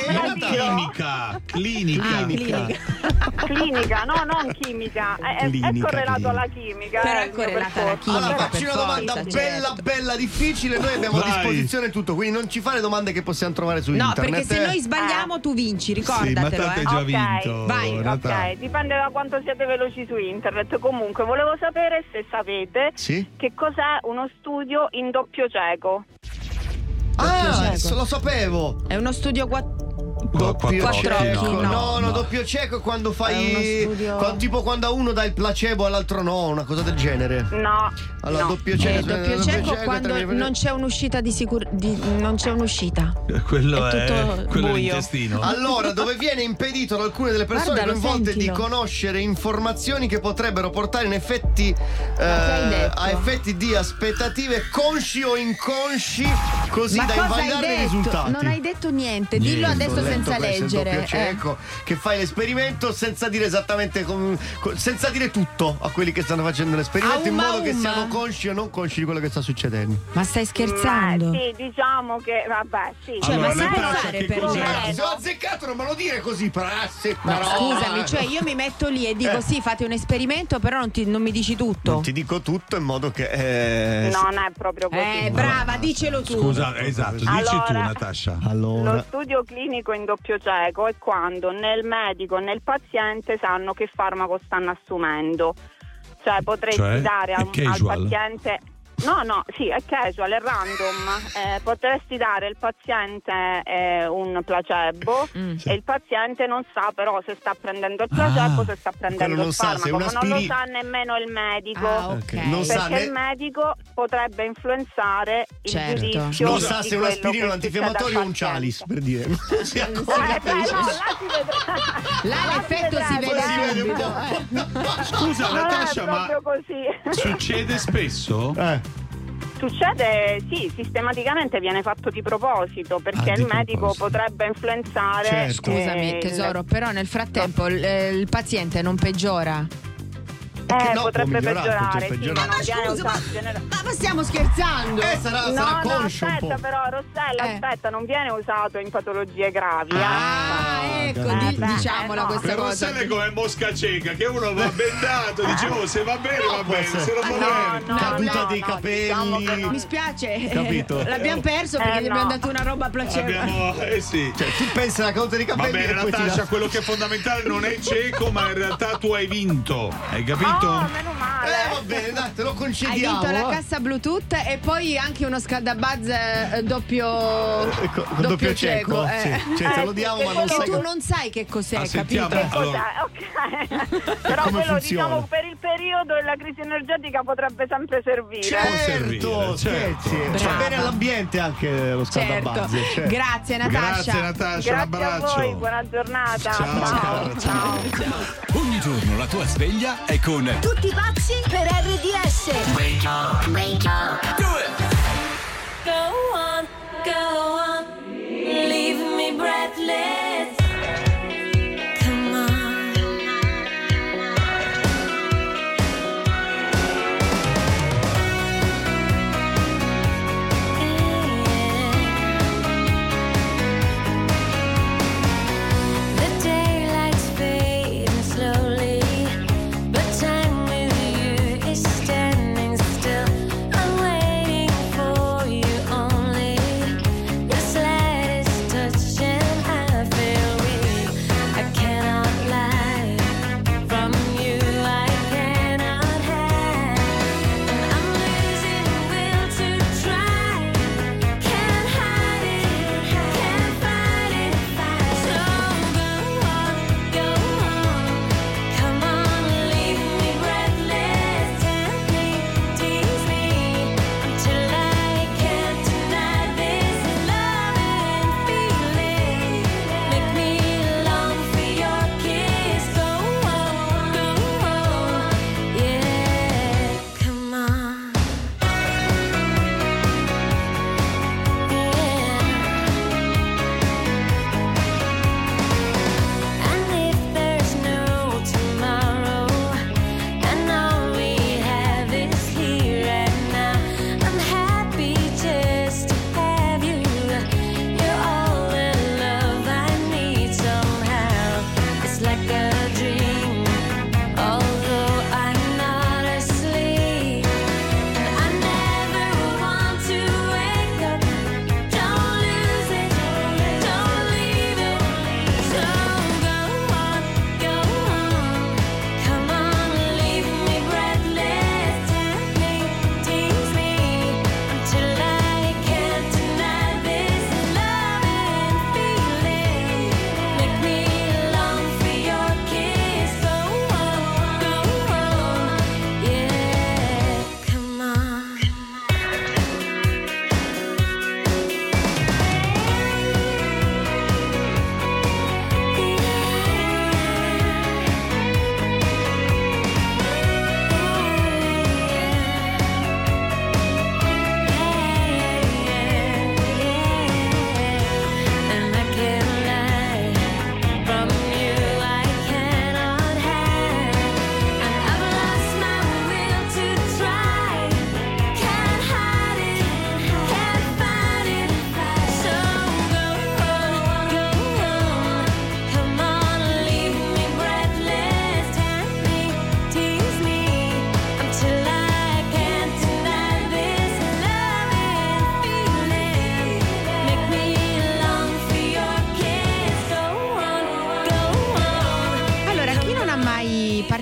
Speaker 5: Clinica.
Speaker 10: No, non chimica. È correlato alla chimica.
Speaker 6: Però è correlata alla chimica.
Speaker 7: Allora facci una domanda bella difficile. Noi abbiamo a disposizione tutto, quindi non ci fare domande che possiamo trovare su internet.
Speaker 6: No, perché se noi sbagliamo tu vinci, ricordatelo.
Speaker 5: Sì, ma tanto hai già vinto.
Speaker 6: Vai.
Speaker 10: Ok, dipende da quanto siete veloci su internet. Comunque, volevo sapere se sapete che cos'è uno studio in doppio cieco.
Speaker 7: Lo sapevo.
Speaker 6: È uno studio
Speaker 7: Doppio cieco.
Speaker 6: No,
Speaker 7: doppio cieco è quando fai tipo quando a uno dà il placebo all'altro no, una cosa del genere.
Speaker 10: No.
Speaker 7: Allora
Speaker 10: no.
Speaker 7: doppio cieco
Speaker 6: è quando non c'è un'uscita non c'è un'uscita.
Speaker 5: Quello
Speaker 6: è tutto
Speaker 5: quello è
Speaker 6: buio.
Speaker 5: l'intestino.
Speaker 7: Allora, dove viene impedito ad alcune delle persone coinvolte di conoscere informazioni che potrebbero portare in effetti a effetti di aspettative consci o inconsci, così da invalidare i risultati.
Speaker 6: Non hai detto niente, dillo adesso senza leggere.
Speaker 7: Doppio cieco, che fai l'esperimento senza dire esattamente senza dire tutto a quelli che stanno facendo l'esperimento, in modo che siano consci o non consci di quello che sta succedendo.
Speaker 6: Ma stai scherzando?
Speaker 10: Sì, diciamo che vabbè, sì.
Speaker 6: Cioè,
Speaker 5: allora,
Speaker 6: ma sai fare per me?
Speaker 7: Se ho azzeccato non me lo dire così, però.
Speaker 6: Scusami, cioè io mi metto lì e dico sì, fate un esperimento, però non mi dici tutto.
Speaker 7: Non ti dico tutto in modo che
Speaker 10: non è proprio così.
Speaker 6: Brava, dicelo tu.
Speaker 5: Scusa, esatto, dici tu, Natascia.
Speaker 10: Lo studio clinico in doppio cieco è quando né il medico né il paziente sanno che farmaco stanno assumendo. Cioè potresti dare al paziente... No, sì, è casual, è random. Potresti dare al paziente un placebo e il paziente non sa però se sta prendendo il placebo o se sta prendendo il farmaco, ma non lo sa nemmeno il medico. Perché il medico potrebbe influenzare il giudizio.
Speaker 7: Non sa se un'aspirina, un antinfiammatorio o un Cialis, per dire.
Speaker 6: Là l'effetto si vede un po'.
Speaker 5: Scusa, Natascia, ma succede spesso?
Speaker 10: Succede, sì, sistematicamente viene fatto di proposito, perché il medico potrebbe influenzare.
Speaker 6: Scusami tesoro, però nel frattempo il paziente non peggiora.
Speaker 10: Potrebbe peggiorare, sì, ma non viene usato
Speaker 6: ma stiamo scherzando?
Speaker 7: Sarà conscio un po'.
Speaker 10: Aspetta però, Rossella, aspetta, non viene usato in patologie gravi.
Speaker 6: Diciamola questa cosa.
Speaker 5: Rossella è come mosca cieca, che uno va bendato, dicevo se va bene va bene, se non va bene.
Speaker 7: Caduta dei capelli.
Speaker 6: Mi spiace.
Speaker 7: Capito?
Speaker 6: L'abbiamo perso perché gli abbiamo dato una roba placebo.
Speaker 5: Sì.
Speaker 7: Cioè, tu pensi alla caduta dei capelli.
Speaker 5: Va bene, Natascia, quello che è fondamentale non è cieco, ma in realtà tu hai vinto. Hai capito?
Speaker 10: Meno male.
Speaker 7: Va bene, dai, te lo concediamo.
Speaker 6: Hai vinto la cassa Bluetooth e poi anche uno scaldabuzz doppio cieco.
Speaker 7: Cioè, te lo diamo, ma non sai.
Speaker 6: Tu non sai che cos'è, capito?
Speaker 5: Allora.
Speaker 10: Ok. Però quello diciamo per il periodo e la crisi energetica potrebbe sempre servire.
Speaker 7: Certo. Fa bene all'ambiente anche lo scaldabuzz.
Speaker 6: Certo. Grazie Natascia.
Speaker 5: Grazie Natascia, un abbraccio.
Speaker 10: A voi, buona giornata.
Speaker 5: Ciao.
Speaker 18: Ogni giorno la tua sveglia è con
Speaker 16: Tutti pazzi per RDS.
Speaker 4: Wake up, wake up.
Speaker 18: Do it.
Speaker 15: Go on, leave me breathless. Come on. The daylight's fading slowly, but time with you is standing still. I'm waiting for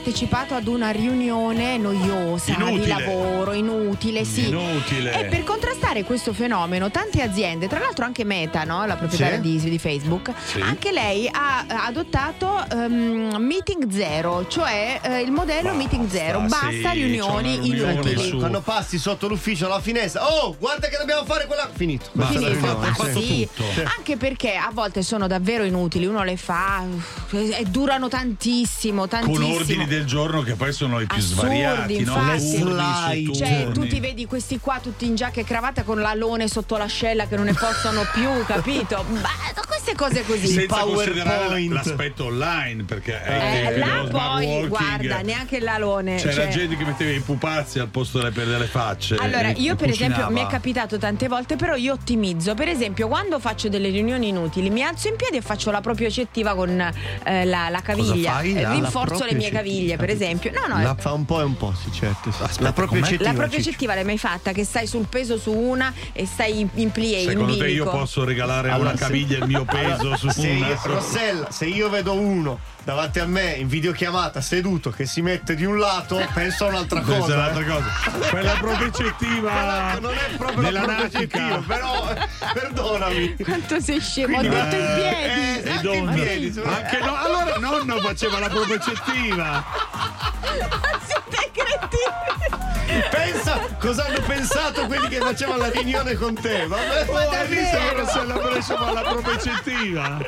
Speaker 6: partecipato ad una riunione noiosa di lavoro, inutile, sì. E per contrastare questo fenomeno, tante aziende, tra l'altro anche Meta, no? La proprietaria di Facebook, anche lei ha adottato Meeting Zero, cioè il modello Meeting Zero. Basta riunioni inutili.
Speaker 7: Quando passi sotto l'ufficio alla finestra, oh, guarda che dobbiamo fare quella. Finito.
Speaker 6: Anche perché a volte sono davvero inutili, uno le fa e durano tantissimo.
Speaker 5: Con ordini del giorno che poi sono i più svariati, no?
Speaker 6: Cioè, tu ti vedi questi qua tutti in giacca e cravatta con l'alone sotto l'ascella che non ne possono più, capito? Queste cose così.
Speaker 5: Senza considerare l'aspetto online, perché
Speaker 6: là poi guarda, neanche l'alone.
Speaker 5: C'era gente che metteva i pupazzi al posto delle facce.
Speaker 6: Allora, io per esempio mi è capitato tante volte, però io ottimizzo. Per esempio, quando faccio delle riunioni inutili, mi alzo in piedi e faccio la propriocettiva con la caviglia. Rinforzo le mie caviglie, per esempio.
Speaker 7: La fa un po' e un po', sì, certo.
Speaker 6: La propriocettiva l'hai mai fatta? Che stai sul peso su una e stai in plie, in
Speaker 5: Secondo
Speaker 6: bilico?
Speaker 5: te io posso regalare a una caviglia il mio peso su una?
Speaker 7: Rossella, se io vedo uno davanti a me in videochiamata seduto che si mette di un lato, penso a un'altra cosa.
Speaker 5: Quella propriocettiva
Speaker 7: non è proprio la propriocettiva, però perdonami.
Speaker 6: Quanto sei scemo, ho detto in piedi.
Speaker 5: Anche no, allora nonno faceva la propriocettiva.
Speaker 6: Siete cretini.
Speaker 7: Pensa cosa hanno pensato quelli che facevano la riunione con te. Vabbè,
Speaker 5: hai visto che non se l'ha preso la propriocettiva?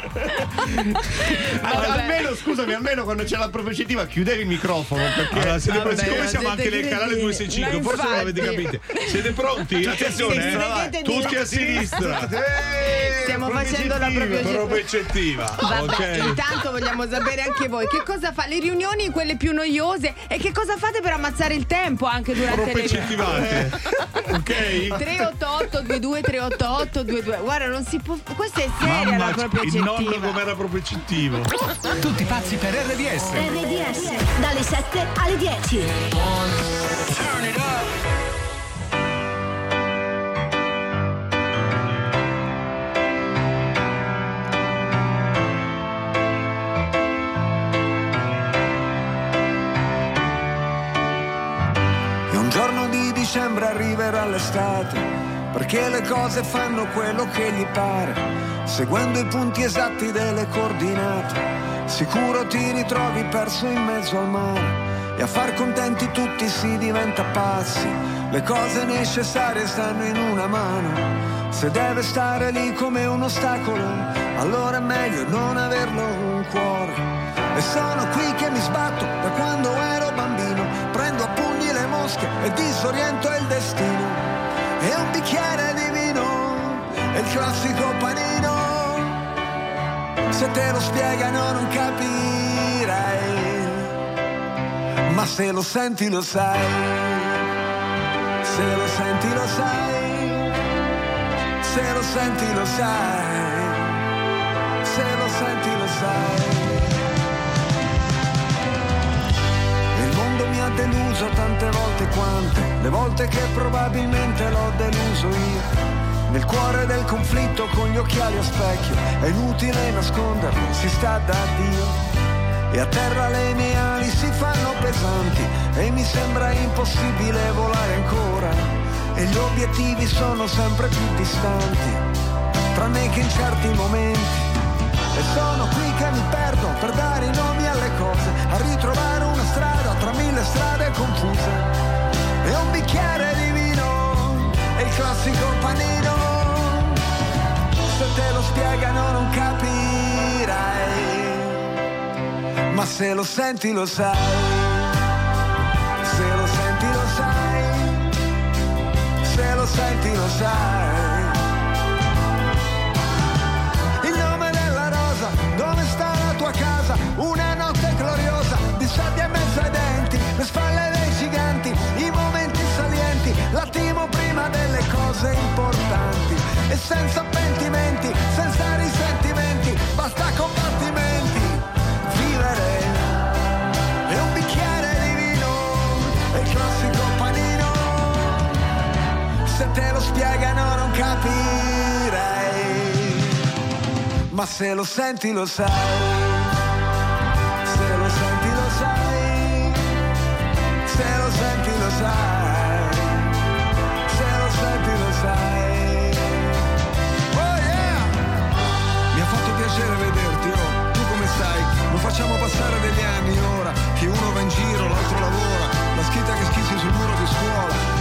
Speaker 7: Almeno quando c'è la propriocettiva chiudevi il microfono, perché
Speaker 5: allora, siccome siamo anche nel canale 265, forse non l'avete capito. Siete pronti? Attenzione, tutti a sinistra.
Speaker 6: Stiamo facendo la
Speaker 5: propriocettiva.
Speaker 6: Vabbè, intanto vogliamo sapere anche voi che cosa fa le riunioni, quelle più noiose, e che cosa fate per ammazzare il tempo anche durante le riunioni.
Speaker 5: Ok?
Speaker 6: 388 22 388 22. Guarda, non si può. Questa è seria la propriocettiva.
Speaker 5: Il nonno com'era propriocettivo.
Speaker 18: Tutti pazzi per RDS.
Speaker 16: RDS dalle 7 alle 10.
Speaker 18: Turn it up.
Speaker 2: E un giorno di dicembre arriverà l'estate, perché le cose fanno quello che gli pare, seguendo i punti esatti delle coordinate. Sicuro ti ritrovi perso in mezzo al mare, e a far contenti tutti si diventa pazzi. Le cose necessarie stanno in una mano, se deve stare lì come un ostacolo, allora è meglio non averlo un cuore. E sono qui che mi sbatto da quando ero bambino, prendo a pugni le mosche e disoriento il destino. E un bicchiere di vino è il classico panino, se te lo spiegano non capirai, ma se lo senti lo sai, se lo senti lo sai, se lo senti lo sai, se lo senti lo sai. Il mondo mi ha deluso tante volte quante, le volte che probabilmente l'ho deluso io. Nel cuore del conflitto con gli occhiali a specchio, è inutile nasconderlo, si sta da Dio. E a terra le mie ali si fanno pesanti e mi sembra impossibile volare ancora. E gli obiettivi sono sempre più distanti, tranne che in certi momenti. E sono qui che mi perdo per dare i nomi alle cose, a ritrovare una strada tra mille strade confuse. E un bicchiere di vino è il classico panino, se te lo spiegano non capirai, ma se lo senti lo sai, se lo senti lo sai, se lo senti lo sai. Il nome della rosa, dove sta la tua casa? Una notte gloriosa, di sabbia in mezzo ai denti, le spalle dei giganti, i momenti salienti, l'attimo prima delle cose importanti. E senza pentimenti, senza risentimenti, basta combattimenti, vivere. E un bicchiere di vino è il classico panino, se te lo spiegano non capirai, ma se lo senti lo sai, se lo senti lo sai,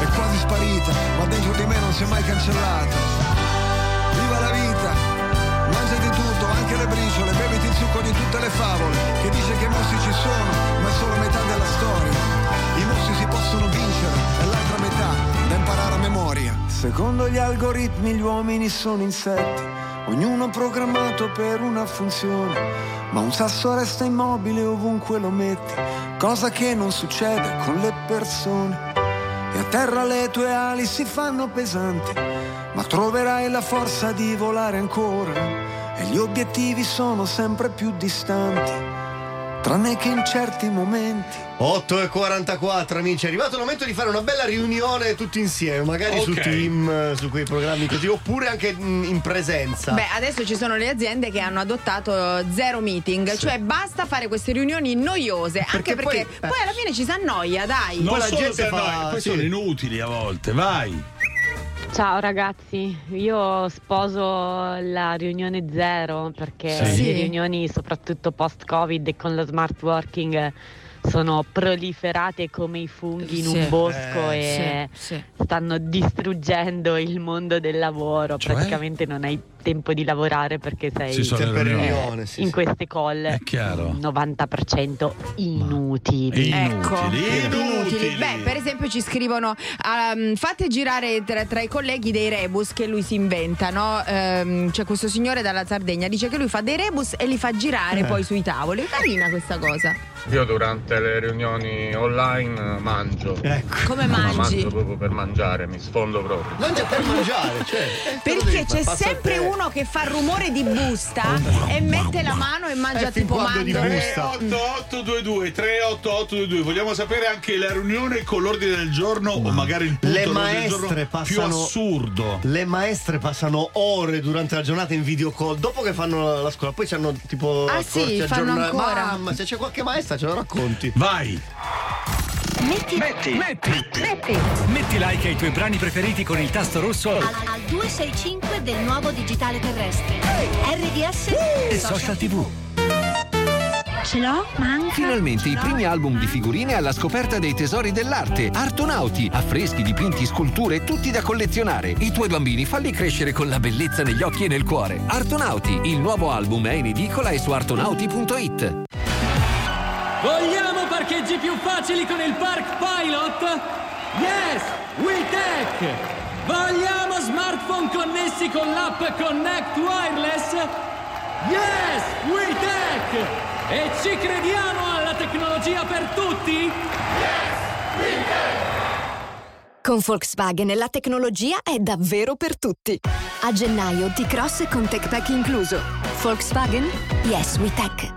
Speaker 2: è quasi sparita, ma dentro di me non si è mai cancellata. Viva la vita, mangiati tutto, anche le briciole, beviti il succo di tutte le favole. Che dice che i mostri ci sono, ma è solo metà della storia. I mostri si possono vincere, è l'altra metà da imparare a memoria. Secondo gli algoritmi gli uomini sono insetti, ognuno programmato per una funzione, ma un sasso resta immobile ovunque lo metti, cosa che non succede con le persone. E a terra le tue ali si fanno pesanti, ma troverai la forza di volare ancora, e gli obiettivi sono sempre più distanti, tranne che in certi momenti.
Speaker 7: 8:44, amici, è arrivato il momento di fare una bella riunione tutti insieme, magari su Team, su quei programmi così, oppure anche in presenza.
Speaker 6: Beh, adesso ci sono le aziende che hanno adottato zero meeting, cioè basta fare queste riunioni noiose, anche perché poi alla fine ci si annoia, dai.
Speaker 5: Non
Speaker 7: la
Speaker 5: solo
Speaker 7: gente
Speaker 5: poi sono inutili a volte, vai.
Speaker 3: Ciao ragazzi, io sposo la riunione zero perché le riunioni, soprattutto post-Covid e con lo smart working, sono proliferate come i funghi in un bosco e stanno distruggendo il mondo del lavoro. Cioè? Praticamente non hai tempo di lavorare perché sei in queste call.
Speaker 5: È chiaro.
Speaker 3: 90% inutili.
Speaker 6: Inutili. Beh, per esempio ci scrivono fate girare tra i colleghi dei rebus che lui si inventa, no? C'è questo signore dalla Sardegna, dice che lui fa dei rebus e li fa girare poi sui tavoli. È carina questa cosa.
Speaker 9: Io durante le riunioni online mangio.
Speaker 6: Come mangi?
Speaker 9: Mangio proprio per mangiare, mi sfondo proprio.
Speaker 7: Mangia per mangiare, cioè.
Speaker 6: Perché c'è sempre uno che fa rumore di busta e mette la mano e mangia tipo mandorle.
Speaker 5: 3822. Vogliamo sapere anche la riunione con l'ordine del giorno o magari il punto
Speaker 7: le
Speaker 5: dell'ordine del giorno più assurdo.
Speaker 7: Le maestre passano ore durante la giornata in video call dopo che fanno la scuola, poi c'hanno tipo
Speaker 6: sì, fanno ancora.
Speaker 7: Mamma, se c'è qualche maestra ce lo racconti.
Speaker 5: Vai.
Speaker 23: Metti like ai tuoi brani preferiti con il tasto rosso
Speaker 16: al 265 del nuovo digitale terrestre. RDS
Speaker 23: e Social TV.
Speaker 16: Ce l'ho? Manca.
Speaker 24: Finalmente i primi album di figurine alla scoperta dei tesori dell'arte. Artonauti, affreschi, dipinti, sculture, tutti da collezionare. I tuoi bambini falli crescere con la bellezza negli occhi e nel cuore. Artonauti, il nuovo album è in edicola e su artonauti.it.
Speaker 25: Vogliamo parcheggi più facili con il Park Pilot? Yes! WeTech! Vogliamo smartphone connessi con l'app Connect Wireless? Yes! WeTech! E ci crediamo alla tecnologia per tutti? Yes! WeTech!
Speaker 12: Con Volkswagen la tecnologia è davvero per tutti. A gennaio T-Cross con TechPack incluso. Volkswagen? Yes, WeTech.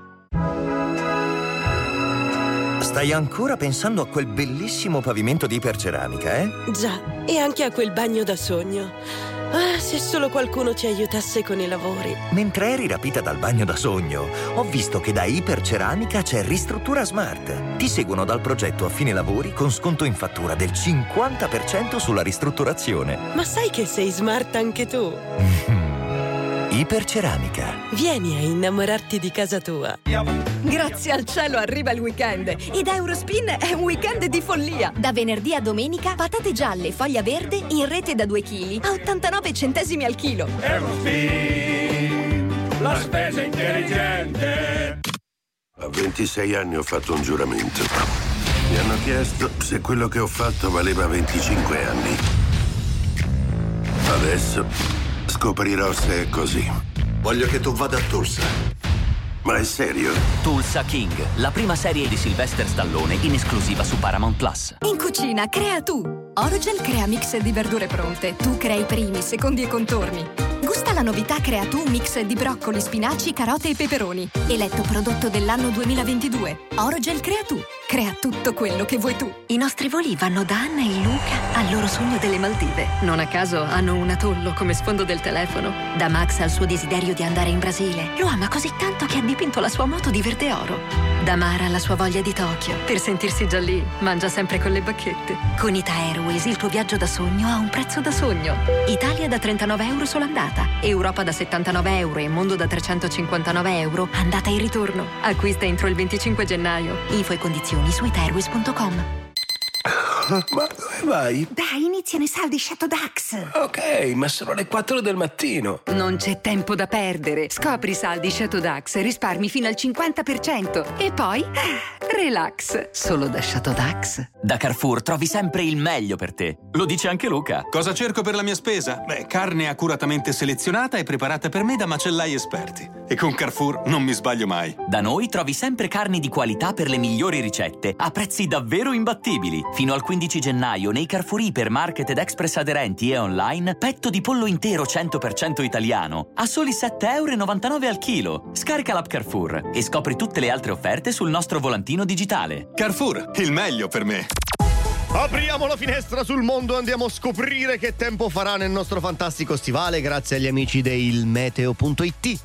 Speaker 26: Stai ancora pensando a quel bellissimo pavimento di iperceramica, eh?
Speaker 27: Già, e anche a quel bagno da sogno. Ah, se solo qualcuno ci aiutasse con i lavori.
Speaker 26: Mentre eri rapita dal bagno da sogno, ho visto che da Iperceramica c'è Ristruttura Smart. Ti seguono dal progetto a fine lavori con sconto in fattura del 50% sulla ristrutturazione.
Speaker 27: Ma sai che sei smart anche tu?
Speaker 26: Iperceramica.
Speaker 27: Vieni a innamorarti di casa tua.
Speaker 12: Grazie al cielo arriva il weekend e da Eurospin è un weekend di follia. Da venerdì a domenica patate gialle foglia verde in rete da 2 kg a 89 centesimi al chilo.
Speaker 28: Eurospin, la spesa intelligente.
Speaker 29: A 26 anni ho fatto un giuramento. Mi hanno chiesto se quello che ho fatto valeva 25 anni. Adesso scoprirò se è così.
Speaker 30: Voglio che tu vada a Tulsa.
Speaker 29: Ma è serio?
Speaker 31: Tulsa King, la prima serie di Sylvester Stallone in esclusiva su Paramount Plus.
Speaker 12: In cucina crea tu. Orogel crea mix di verdure pronte. Tu crei primi, secondi e contorni. Gusta la novità Crea tu mix di broccoli, spinaci, carote e peperoni. Eletto prodotto dell'anno 2022. Orogel Crea tu. Crea tutto quello che vuoi tu. I nostri voli vanno da Anna e Luca al loro sogno delle Maldive. Non a caso hanno un atollo come sfondo del telefono. Da Max al suo desiderio di andare in Brasile. Lo ama così tanto che ha dipinto la sua moto di verde oro. Da Mara alla sua voglia di Tokyo. Per sentirsi già lì, mangia sempre con le bacchette. Con Ita Airways il tuo viaggio da sogno ha un prezzo da sogno. Italia da 39 euro sola andata. Europa da 79 euro e Mondo da 359 euro andata e ritorno. Acquista entro il 25 gennaio. Info e condizioni su itairways.com.
Speaker 30: Ma dove vai?
Speaker 16: Dai, iniziano i saldi Shatodax.
Speaker 30: Ok, ma sono le 4 del mattino.
Speaker 12: Non c'è tempo da perdere. Scopri i saldi Shatodax e risparmi fino al 50%. E poi, relax. Solo da Shatodax.
Speaker 31: Da Carrefour trovi sempre il meglio per te. Lo dice anche Luca.
Speaker 1: Cosa cerco per la mia spesa? Beh, carne accuratamente selezionata e preparata per me da macellai esperti. E con Carrefour non mi sbaglio mai.
Speaker 31: Da noi trovi sempre carni di qualità per le migliori ricette a prezzi davvero imbattibili. Fino al 15 gennaio nei Carrefour Ipermarket ed Express aderenti e online, petto di pollo intero 100% italiano a soli 7,99 € al chilo. Scarica l'app Carrefour e scopri tutte le altre offerte sul nostro volantino digitale.
Speaker 1: Carrefour, il meglio per me.
Speaker 7: Apriamo la finestra sul mondo, andiamo a scoprire che tempo farà nel nostro fantastico stivale grazie agli amici del meteo.it.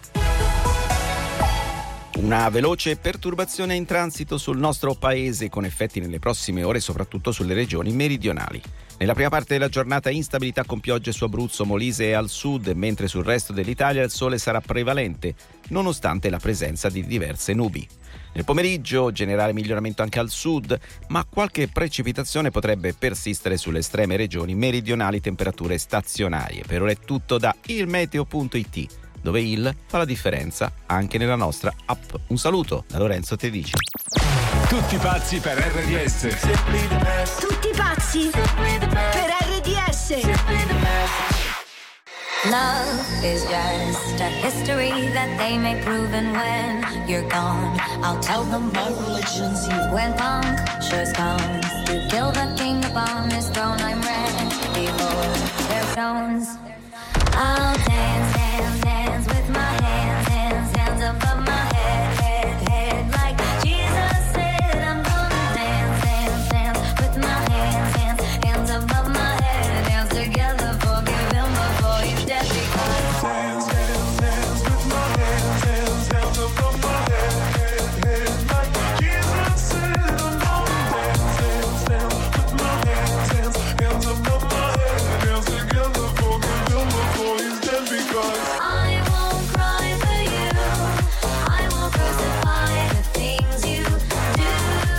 Speaker 8: Una veloce perturbazione in transito sul nostro paese con effetti nelle prossime ore soprattutto sulle regioni meridionali. Nella prima parte della giornata instabilità con piogge su Abruzzo, Molise e al sud, mentre sul resto dell'Italia il sole sarà prevalente, nonostante la presenza di diverse nubi. Nel pomeriggio generale miglioramento anche al sud, ma qualche precipitazione potrebbe persistere sulle estreme regioni meridionali, temperature stazionarie. Per ora è tutto da ilmeteo.it, dove il fa la differenza anche nella nostra app. Un saluto da Lorenzo Tedici.
Speaker 23: Tutti pazzi per RDS.
Speaker 16: Tutti pazzi per RDS.
Speaker 15: Love is just a history that they may prove, and when you're gone, I'll tell them my religion's you. When punctures comes to kill the king upon his throne, I'm ready for their stones. I'll dance, dance, dance with my hands, hands, hands above my head, head, head, like Jesus said. I'm gonna dance, dance, dance with my hands, hands, hands above my head, dance together, forgive him before he's dead, because dance, dance, dance with my hands, hands, hands above my head, head, head, like Jesus said. I'm gonna dance, dance, dance with my hands, hands, hands above my head, dance together, forgive him before he's dead, because I won't cry for you, I won't crucify the things you do.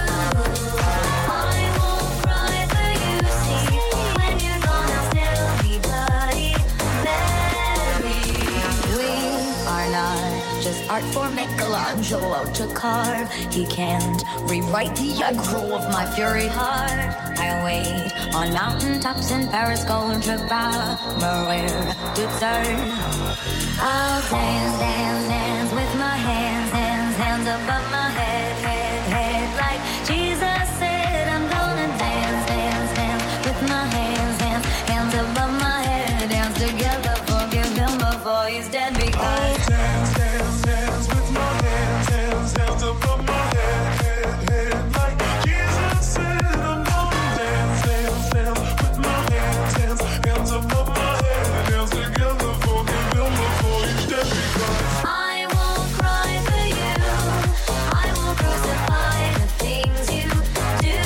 Speaker 15: I won't cry for you, see, when you're gone I'll still be bloody Mary. We are not just art for Michelangelo to carve. He can't rewrite the aggro of my fury heart. I wait on mountaintops in Paris, going to Maria to turn. I'll dance, dance, dance with my hands, hands, hands above my head, head, head, like Jesus said. I'm gonna dance, dance, dance with my hands, hands, hands above my head, dance together, forgive him before he's dead, because I'll dance, dance, dance with my hands, hands, hands above my head, head, head, like Jesus said. I'm gonna dance, dance, dance with my hands, hands, hands above my head, dance together, forgive him before he's dead, because I won't cry for you, I won't crucify the things you do.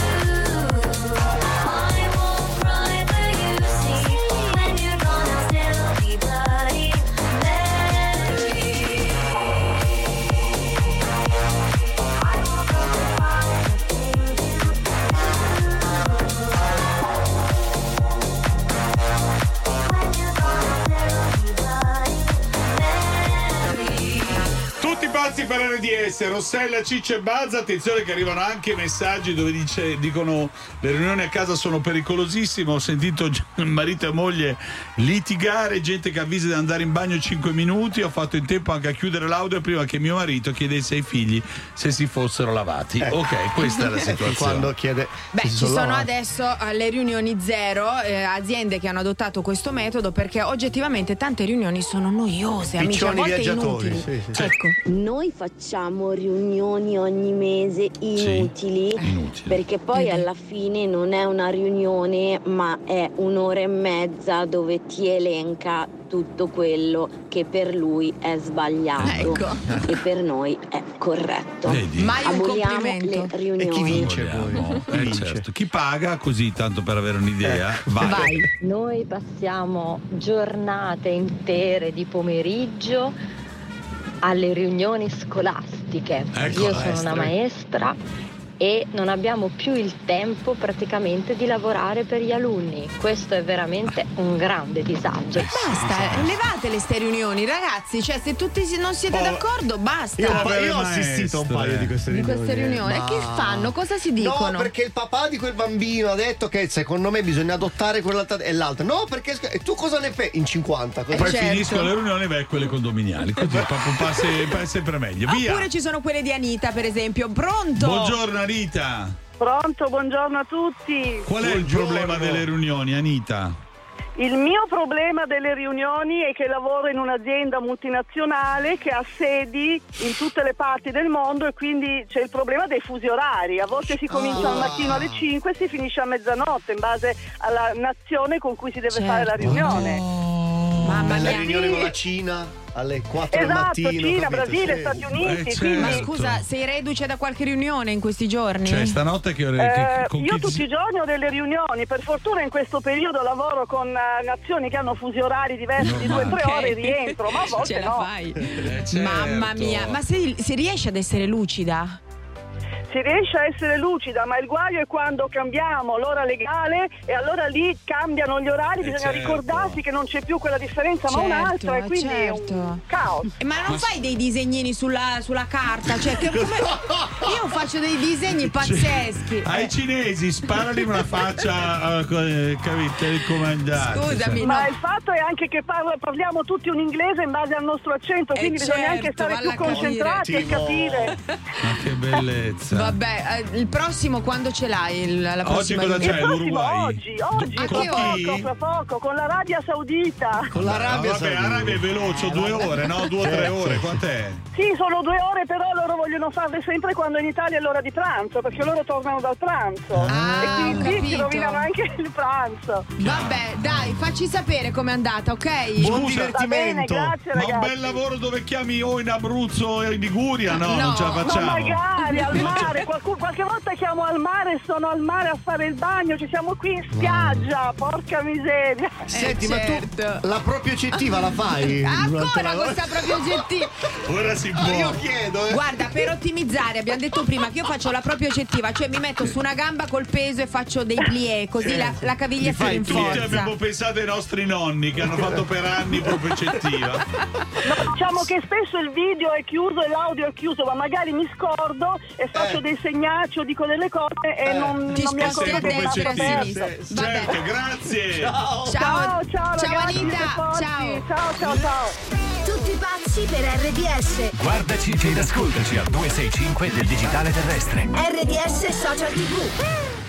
Speaker 15: I won't cry for you, see, when you're gone I'll still be bloody Mary. I won't crucify the things you do. When you're gone I'll still be bloody Mary.
Speaker 5: Tutti pazzi per RDS, Rossella, Ciccio e Bazza. Attenzione che arrivano anche messaggi dove dicono le riunioni a casa sono pericolosissime. Ho sentito marito e moglie litigare, gente che avvisa di andare in bagno 5 minuti. Ho fatto in tempo anche a chiudere l'audio prima che mio marito chiedesse ai figli se si fossero lavati. Ok, questa è la situazione.
Speaker 7: Quando chiede
Speaker 6: Beh, ci sono adesso le riunioni zero, aziende che hanno adottato questo metodo, perché oggettivamente tante riunioni sono noiose, amici, a
Speaker 7: Piccioni
Speaker 6: volte
Speaker 7: viaggiatori,
Speaker 6: inutili.
Speaker 7: sì, sì.
Speaker 6: Ecco.
Speaker 10: Noi facciamo riunioni ogni mese inutili, perché poi alla fine non è una riunione, ma è un'ora e mezza dove ti elenca tutto quello che per lui è sbagliato e per noi è corretto.
Speaker 6: Mai un
Speaker 10: Aboliamo
Speaker 6: complimento.
Speaker 10: le riunioni.
Speaker 5: E chi vince poi? Certo. Chi paga, così tanto per avere un'idea? Vai.
Speaker 11: Noi passiamo giornate intere di pomeriggio alle riunioni scolastiche.
Speaker 5: Ecco,
Speaker 11: Io sono una maestra e non abbiamo più il tempo praticamente di lavorare per gli alunni. Questo è veramente un grande disagio.
Speaker 6: Basta, levate ste riunioni, ragazzi, cioè se tutti non siete d'accordo, basta.
Speaker 7: Io ho assistito a un paio di queste riunioni.
Speaker 6: E che fanno? Cosa si dicono?
Speaker 7: No, perché il papà di quel bambino ha detto che secondo me bisogna adottare quell'altra e l'altra. No, perché e tu cosa ne fai? In 50.
Speaker 5: Poi finiscono le riunioni e vai a quelle condominiali. Così è sempre meglio. Via.
Speaker 6: Oppure ci sono quelle di Anita, per esempio. Pronto?
Speaker 5: Buongiorno Anita.
Speaker 2: Pronto, buongiorno a tutti.
Speaker 5: Qual è il problema delle riunioni, Anita?
Speaker 2: Il mio problema delle riunioni è che lavoro in un'azienda multinazionale che ha sedi in tutte le parti del mondo e quindi c'è il problema dei fusi orari. A volte si comincia al mattino alle 5 e si finisce a mezzanotte in base alla nazione con cui si deve fare la riunione.
Speaker 6: Mamma mia.
Speaker 7: La riunione con la Cina alle 4 del mattino.
Speaker 2: Esatto, Cina, Brasile, Stati Uniti. Quindi...
Speaker 6: Ma scusa, sei reduce da qualche riunione in questi giorni?
Speaker 5: Cioè, stanotte che
Speaker 2: io tutti i giorni ho delle riunioni. Per fortuna in questo periodo lavoro con nazioni che hanno fusi orari diversi di 2-3 ore e rientro, ma a volte
Speaker 6: ce la fai. Mamma mia, ma si riesce ad essere lucida?
Speaker 2: Si riesce a essere lucida, ma il guaio è quando cambiamo l'ora legale e allora lì cambiano gli orari, bisogna ricordarsi che non c'è più quella differenza ma un'altra, e quindi è un caos.
Speaker 6: Ma non fai dei disegnini sulla carta? Cioè, io faccio dei disegni pazzeschi.
Speaker 5: Ai cinesi sparali una faccia, capite, ricomandate.
Speaker 6: Scusami,
Speaker 2: ma il fatto è anche che parliamo tutti un inglese in base al nostro accento, quindi bisogna anche stare più concentrati e capire.
Speaker 5: Ma che bellezza.
Speaker 6: Vabbè, il prossimo quando ce l'hai? La
Speaker 5: oggi cosa c'è? L'Uruguay?
Speaker 2: Oggi fra poco, con l'Arabia Saudita.
Speaker 7: Con l'Arabia Saudita.
Speaker 5: Vabbè, Arabia è veloce, 2 ore, no? 2 o 3 ore, quant'è?
Speaker 2: Sì, sono 2 ore, però loro vogliono farle sempre quando in Italia è l'ora di pranzo, perché loro tornano dal pranzo. E quindi ci rovinano anche il pranzo.
Speaker 6: Vabbè, dai, facci sapere com'è andata, ok?
Speaker 7: Buon divertimento.
Speaker 2: Bene, grazie, ragazzi.
Speaker 5: Ma un bel lavoro dove chiami o in Abruzzo e in Liguria? No, non ce la facciamo.
Speaker 2: Ma magari al mare. Qualche volta chiamo al mare, sono al mare a fare il bagno, ci siamo qui in spiaggia, porca miseria.
Speaker 7: Senti, ma tu la propria oggettiva la fai?
Speaker 6: Ancora questa propria oggettiva?
Speaker 5: Ora si può.
Speaker 7: Io chiedo.
Speaker 6: Guarda, per ottimizzare, abbiamo detto prima che io faccio la propria oggettiva, cioè mi metto su una gamba col peso e faccio dei plié, così la caviglia si rinforza.
Speaker 5: Tutti abbiamo pensato ai nostri nonni che hanno fatto per anni propria oggettiva.
Speaker 2: No, diciamo che spesso il video è chiuso e l'audio è chiuso, ma magari mi scordo e faccio dei segnacci o dico delle cose e non mi accorgo che è stato perso.
Speaker 5: Certo, grazie.
Speaker 2: Ciao
Speaker 6: ragazzi,
Speaker 2: Anita. Ciao.
Speaker 16: Tutti pazzi per RDS.
Speaker 23: Guardaci ed ascoltaci al 265 del digitale terrestre.
Speaker 16: RDS Social TV.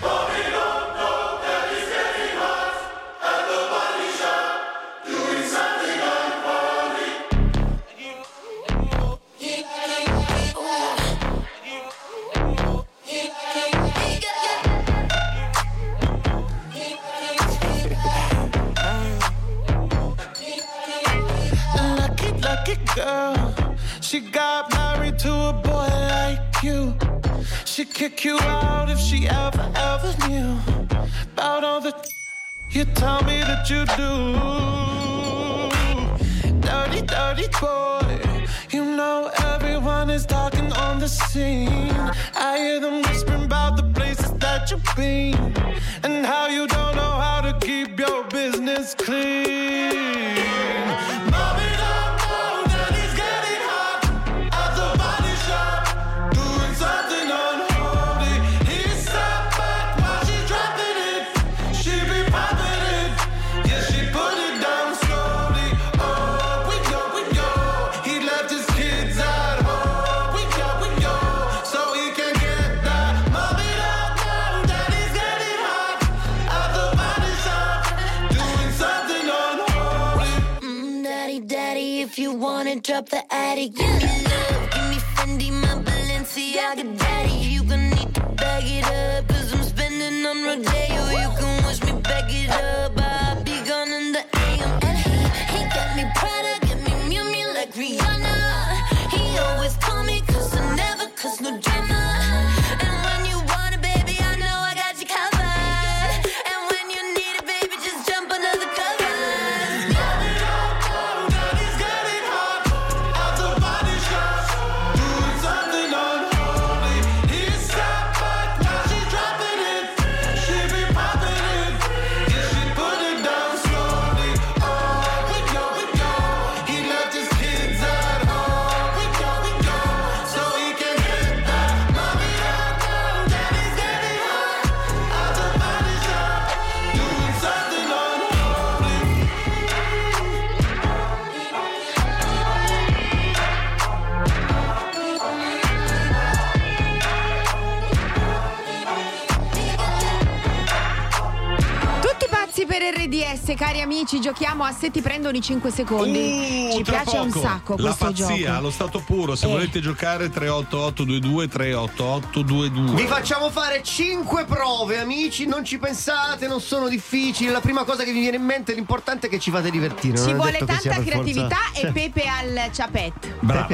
Speaker 3: Lucky girl, she got married to a boy like you. She'd kick you out if she ever knew about all the you tell me that you do. Dirty boy, you know everyone is talking on the scene. I hear them whispering about the places that you've been and how you don't know how to keep your business clean.
Speaker 15: If you wanna drop the attic, give me love, give me Fendi, my Balenciaga daddy. You gon' need to bag it up, cause I'm spending on Rodeo. You can wish me back it up, I'll be gone in the AM. And he got me Prada, got me Miu Miu like Rihanna. He always call me cause I never cause no drama. And when you want it, baby, I know I got you covered. And when you need it, baby, just jump under the covers.
Speaker 3: Something unholy. He's
Speaker 6: PS, cari amici, giochiamo a se ti prendono i 5 secondi. Ci piace un sacco questo gioco.
Speaker 5: La pazzia, allo stato puro. Se volete giocare 38822 38822.
Speaker 7: Vi facciamo fare 5 prove, amici. Non ci pensate, non sono difficili. La prima cosa che vi viene in mente, l'importante è che ci fate divertire.
Speaker 6: Ci vuole tanta creatività e pepe al ciapet.
Speaker 5: Brava.